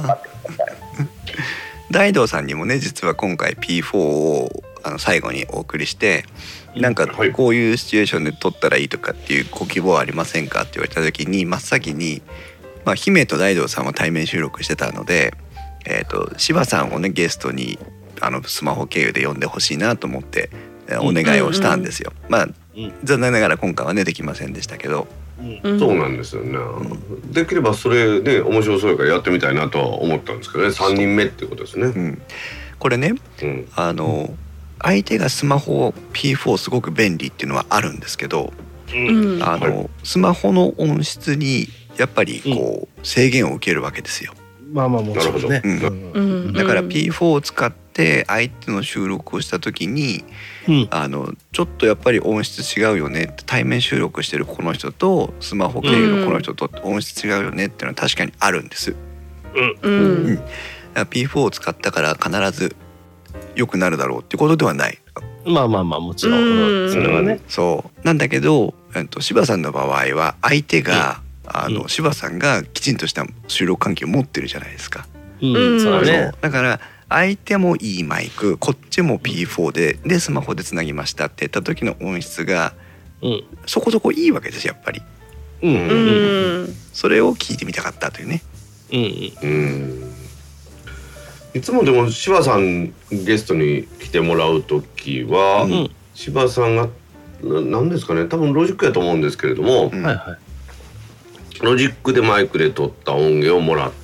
大道さんにもね実は今回 P4 を最後にお送りして、なんかこういうシチュエーションで撮ったらいいとかっていうご希望はありませんかって言われた時に真っ先に、姫と大道さんは対面収録してたので、柴さんをねゲストにスマホ経由で呼んでほしいなと思ってお願いをしたんですよ。残念ながら今回はねできませんでしたけど。 そうなんですよね。できればそれで面白そうからやってみたいなとは思ったんですけどね。3人目っていうことですね。 これね、相手がスマホ P4 すごく便利っていうのはあるんですけど、スマホの音質にやっぱりこう制限を受けるわけですよ。 もちろんね。 だから P4 を使って相手の収録をした時に、ちょっとやっぱり音質違うよねって、対面収録してるこの人とスマホ経由のこの人と音質違うよねっていうのは確かにあるんです。P4 を使ったから必ず良くなるだろうってことではない。 もちろんそれはね。 そうなんだけど、柴さんの場合は相手が柴さんがきちんとした収録環境を持ってるじゃないですか。だから相手もいいマイク、こっちも P4 でスマホでつなぎましたって言った時の音質がそこそこいいわけですやっぱり。それを聞いてみたかったというね。 いつもでも柴さんゲストに来てもらう時は、柴さんが何ですかね、多分ロジックやと思うんですけれども、ロジックでマイクで撮った音源をもらって、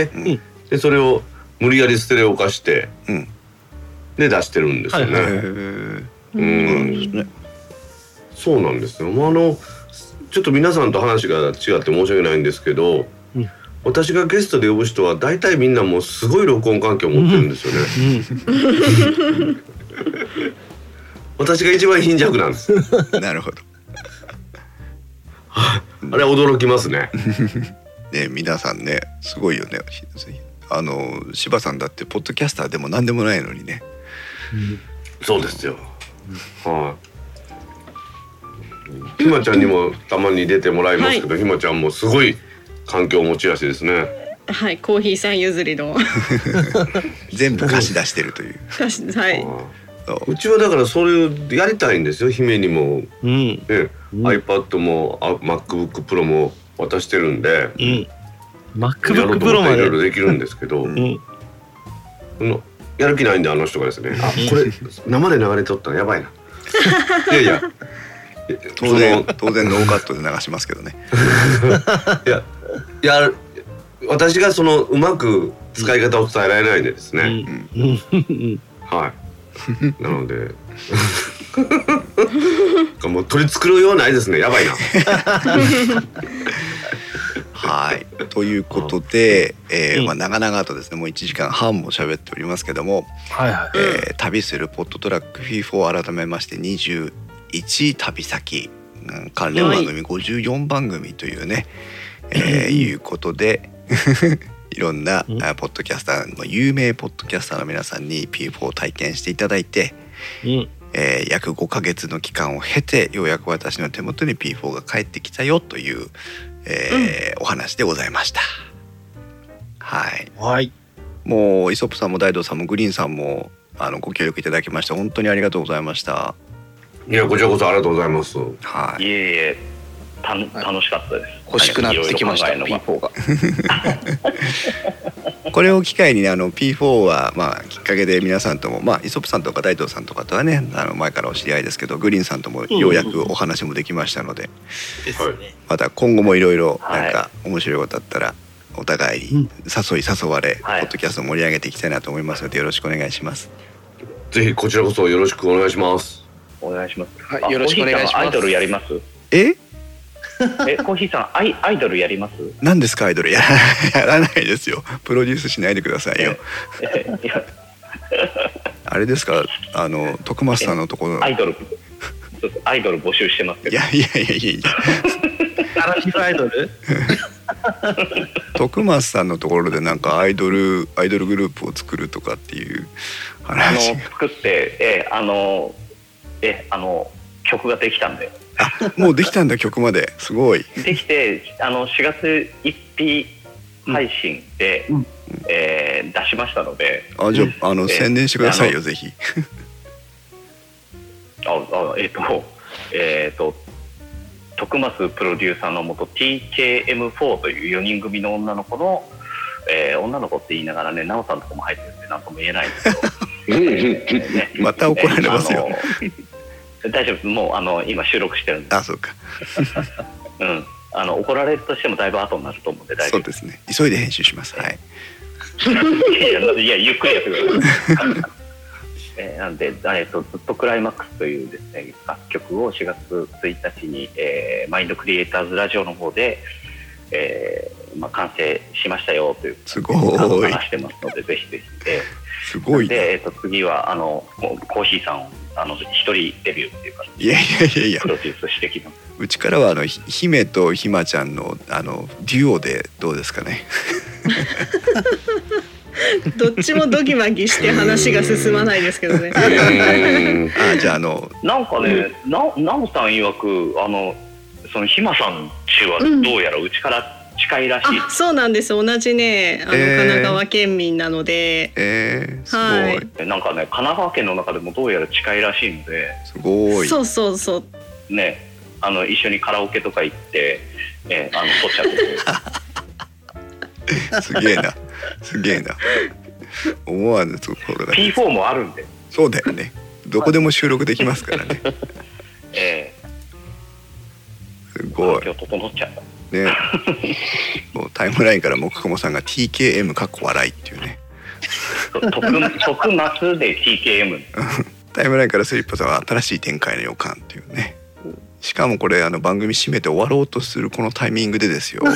でそれを無理やりステレオ化して、で出してるんですよね。そうなんですよ。ちょっと皆さんと話が違って申し訳ないんですけど、私がゲストで呼ぶ人は大体みんなもうすごい録音環境を持ってるんですよね。私が一番貧弱なんです。 なるほど。 あれ驚きますね。 ね、皆さんね、すごいよね。柴さんだってポッドキャスターでも何でもないのにね。 そうですよ。ひまちゃんにもたまに出てもらいますけど、ひまちゃんもすごい環境を持ちやすいですね。 はい、コーヒーさん譲りの全部貸し出してるという。 はい。 うちはだからそれをやりたいんですよ。姫にも、iPad もMacBook Pro も渡してるんで、 MacBook Pro までいろいろできるんですけど、やる気ないんであの人がですね、これ生で流れとったらやばいな。いや当然ノーカットで流しますけどね。 私がそのうまく使い方を伝えられないんでですね。はい。なのでもう取り繕いようないですね。やばいな。 はい、ということで、長々とですね、もう1時間半も喋っておりますけども、旅するポッドトラック FIFO 改めまして21旅先関連番組54番組というね、いうことでいろんなポッドキャスターの有名ポッドキャスターの皆さんに P4 を体験していただいて、約5ヶ月の期間を経てようやく私の手元に P4 が帰ってきたよという、お話でございました。はい。もうイソップさんも大道さんもグリーンさんもご協力いただきまして本当にありがとうございました。 いや、こちらこそありがとうございます。 はい。いえ楽しかったです。 欲しくなってきました P4 が。 これを機会にね、P4 はきっかけで皆さんともイソップさんとか大東さんとかとはね前からお知り合いですけど、グリーンさんともようやくお話もできましたので、また今後もいろいろなんか面白いことあったらお互いに誘われ、ポッドキャストを盛り上げていきたいなと思いますのでよろしくお願いします。 ぜひこちらこそよろしくお願いします。 お願いします。 はい、よろしくお願いします。 アイドルやります？コーヒーさんアイドルやります？ 何ですかアイドル？やらないですよ。プロデュースしないでくださいよ。あれですか、徳松さんのところアイドル募集してますけど。 いやアイドル徳松さんのところでなんかアイドルグループを作るとかっていう話作って曲ができたんで。 もうできたんだ。曲まですごいできて4月1日配信で、出しましたので、 じゃあ宣伝してくださいよぜひ。 徳松プロデューサーのもと TKM4 という4人組の女の子の、女の子って言いながらね、なおさんとかも入ってるんで何とも言えないんですけどまた怒られますよ。 大丈夫、もう今収録してるんで。 そうか。 怒られるとしてもだいぶ後になると思うんで大丈夫。 そうですね。急いで編集します。はい。 いやゆっくりやってください。なんでずっとクライマックスというですね楽曲を4月1日に、マインドクリエイターズラジオの方で、完成しましたよというすごい話してますのでぜひぜひ。 すごい。 で次はコーヒーさんを一人デビューっていうか、 いやプロデュースしてきます。 うちからは姫とひまちゃんのデュオでどうですかね。 どっちもドギマギして話が進まないですけどね。 じゃあなんかね、なおさん曰くそのひまさんちはどうやらうちから近いらしい。 そうなんです。同じね神奈川県民なので、 すごい。なんかね神奈川県の中でもどうやら近いらしいので、 すごい。 そうね、一緒にカラオケとか行って撮っちゃう。 すげえなすげえな。思わぬところだ。 P4 もあるんで。 そうだよね。どこでも収録できますからね。すごい。 今日整っちゃったね。もうタイムラインから木久保さんが TKM かっこ笑いっていうね。 特松で TKM タイムラインからスリッパさんは新しい展開の予感っていうね。しかもこれ番組締めて終わろうとするこのタイミングでですよ。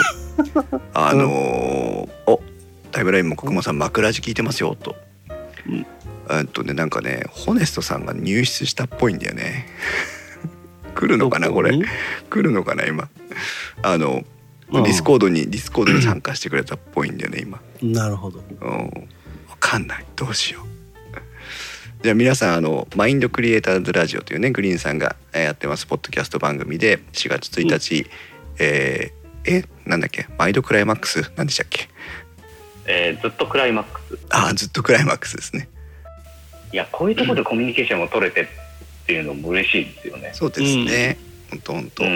おタイムラインも木久保さん枕地聞いてますよと。なんかねホネストさんが入室したっぽいんだよね。来るのかなこれ。来るのかな今。ディスコードに参加してくれたっぽいんだよね今。 なるほど。 分かんないどうしよう。じゃあ皆さんマインドクリエイターズラジオというねグリーンさんがやってますポッドキャスト番組で4月1日、なんだっけマインドクライマックスなんでしたっけ。 ずっとクライマックス。 ずっとクライマックスですね。 いやこういうところでコミュニケーションを取れてっていうのも嬉しいですよね。 そうですね。本当。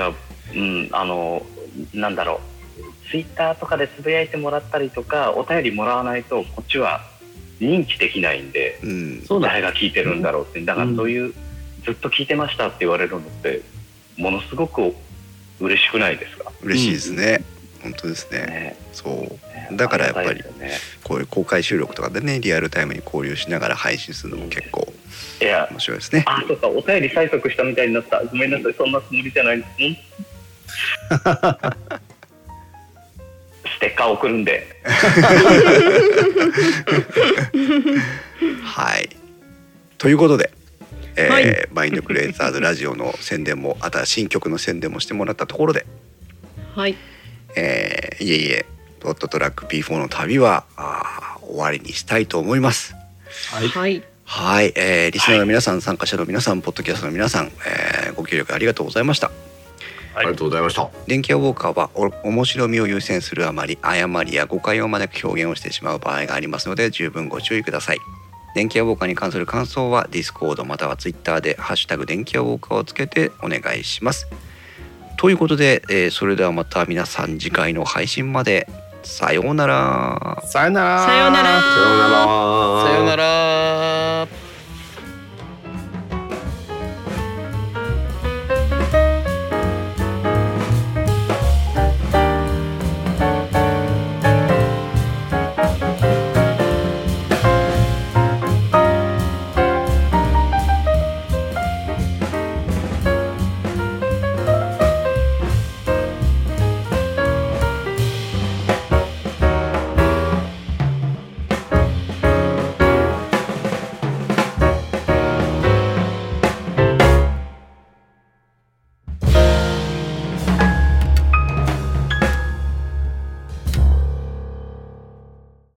なんだろうツイッターとかでつぶやいてもらったりとかお便りもらわないとこっちは認知できないんで、誰が聞いてるんだろうって。だからそういうずっと聞いてましたって言われるのってものすごく嬉しくないですか。 嬉しいですね。本当ですね。そうだからやっぱりこういう公開収録とかでねリアルタイムに交流しながら配信するのも結構面白いですね。 そうかお便り催促したみたいになった。ごめんなさいそんなつもりじゃない。ステッカー送るんで。 はい。ということで、マインドクリエイターズラジオの宣伝も新曲の宣伝もしてもらったところで、 はい。 ポットトラック P4 の旅は終わりにしたいと思います。 はい。 はい。リスナーの皆さん、参加者の皆さん、ポッドキャストの皆さん、ご協力ありがとうございました。 ありがとうございました。 電気屋ウォーカーは面白みを優先するあまり誤りや誤解を招く表現をしてしまう場合がありますので十分ご注意ください。電気屋ウォーカーに関する感想はディスコードまたはツイッターでハッシュタグ電気屋ウォーカーをつけてお願いします。ということで、それではまた皆さん次回の配信までさようなら。 さようなら。 さようなら。 さようなら。 さようなら。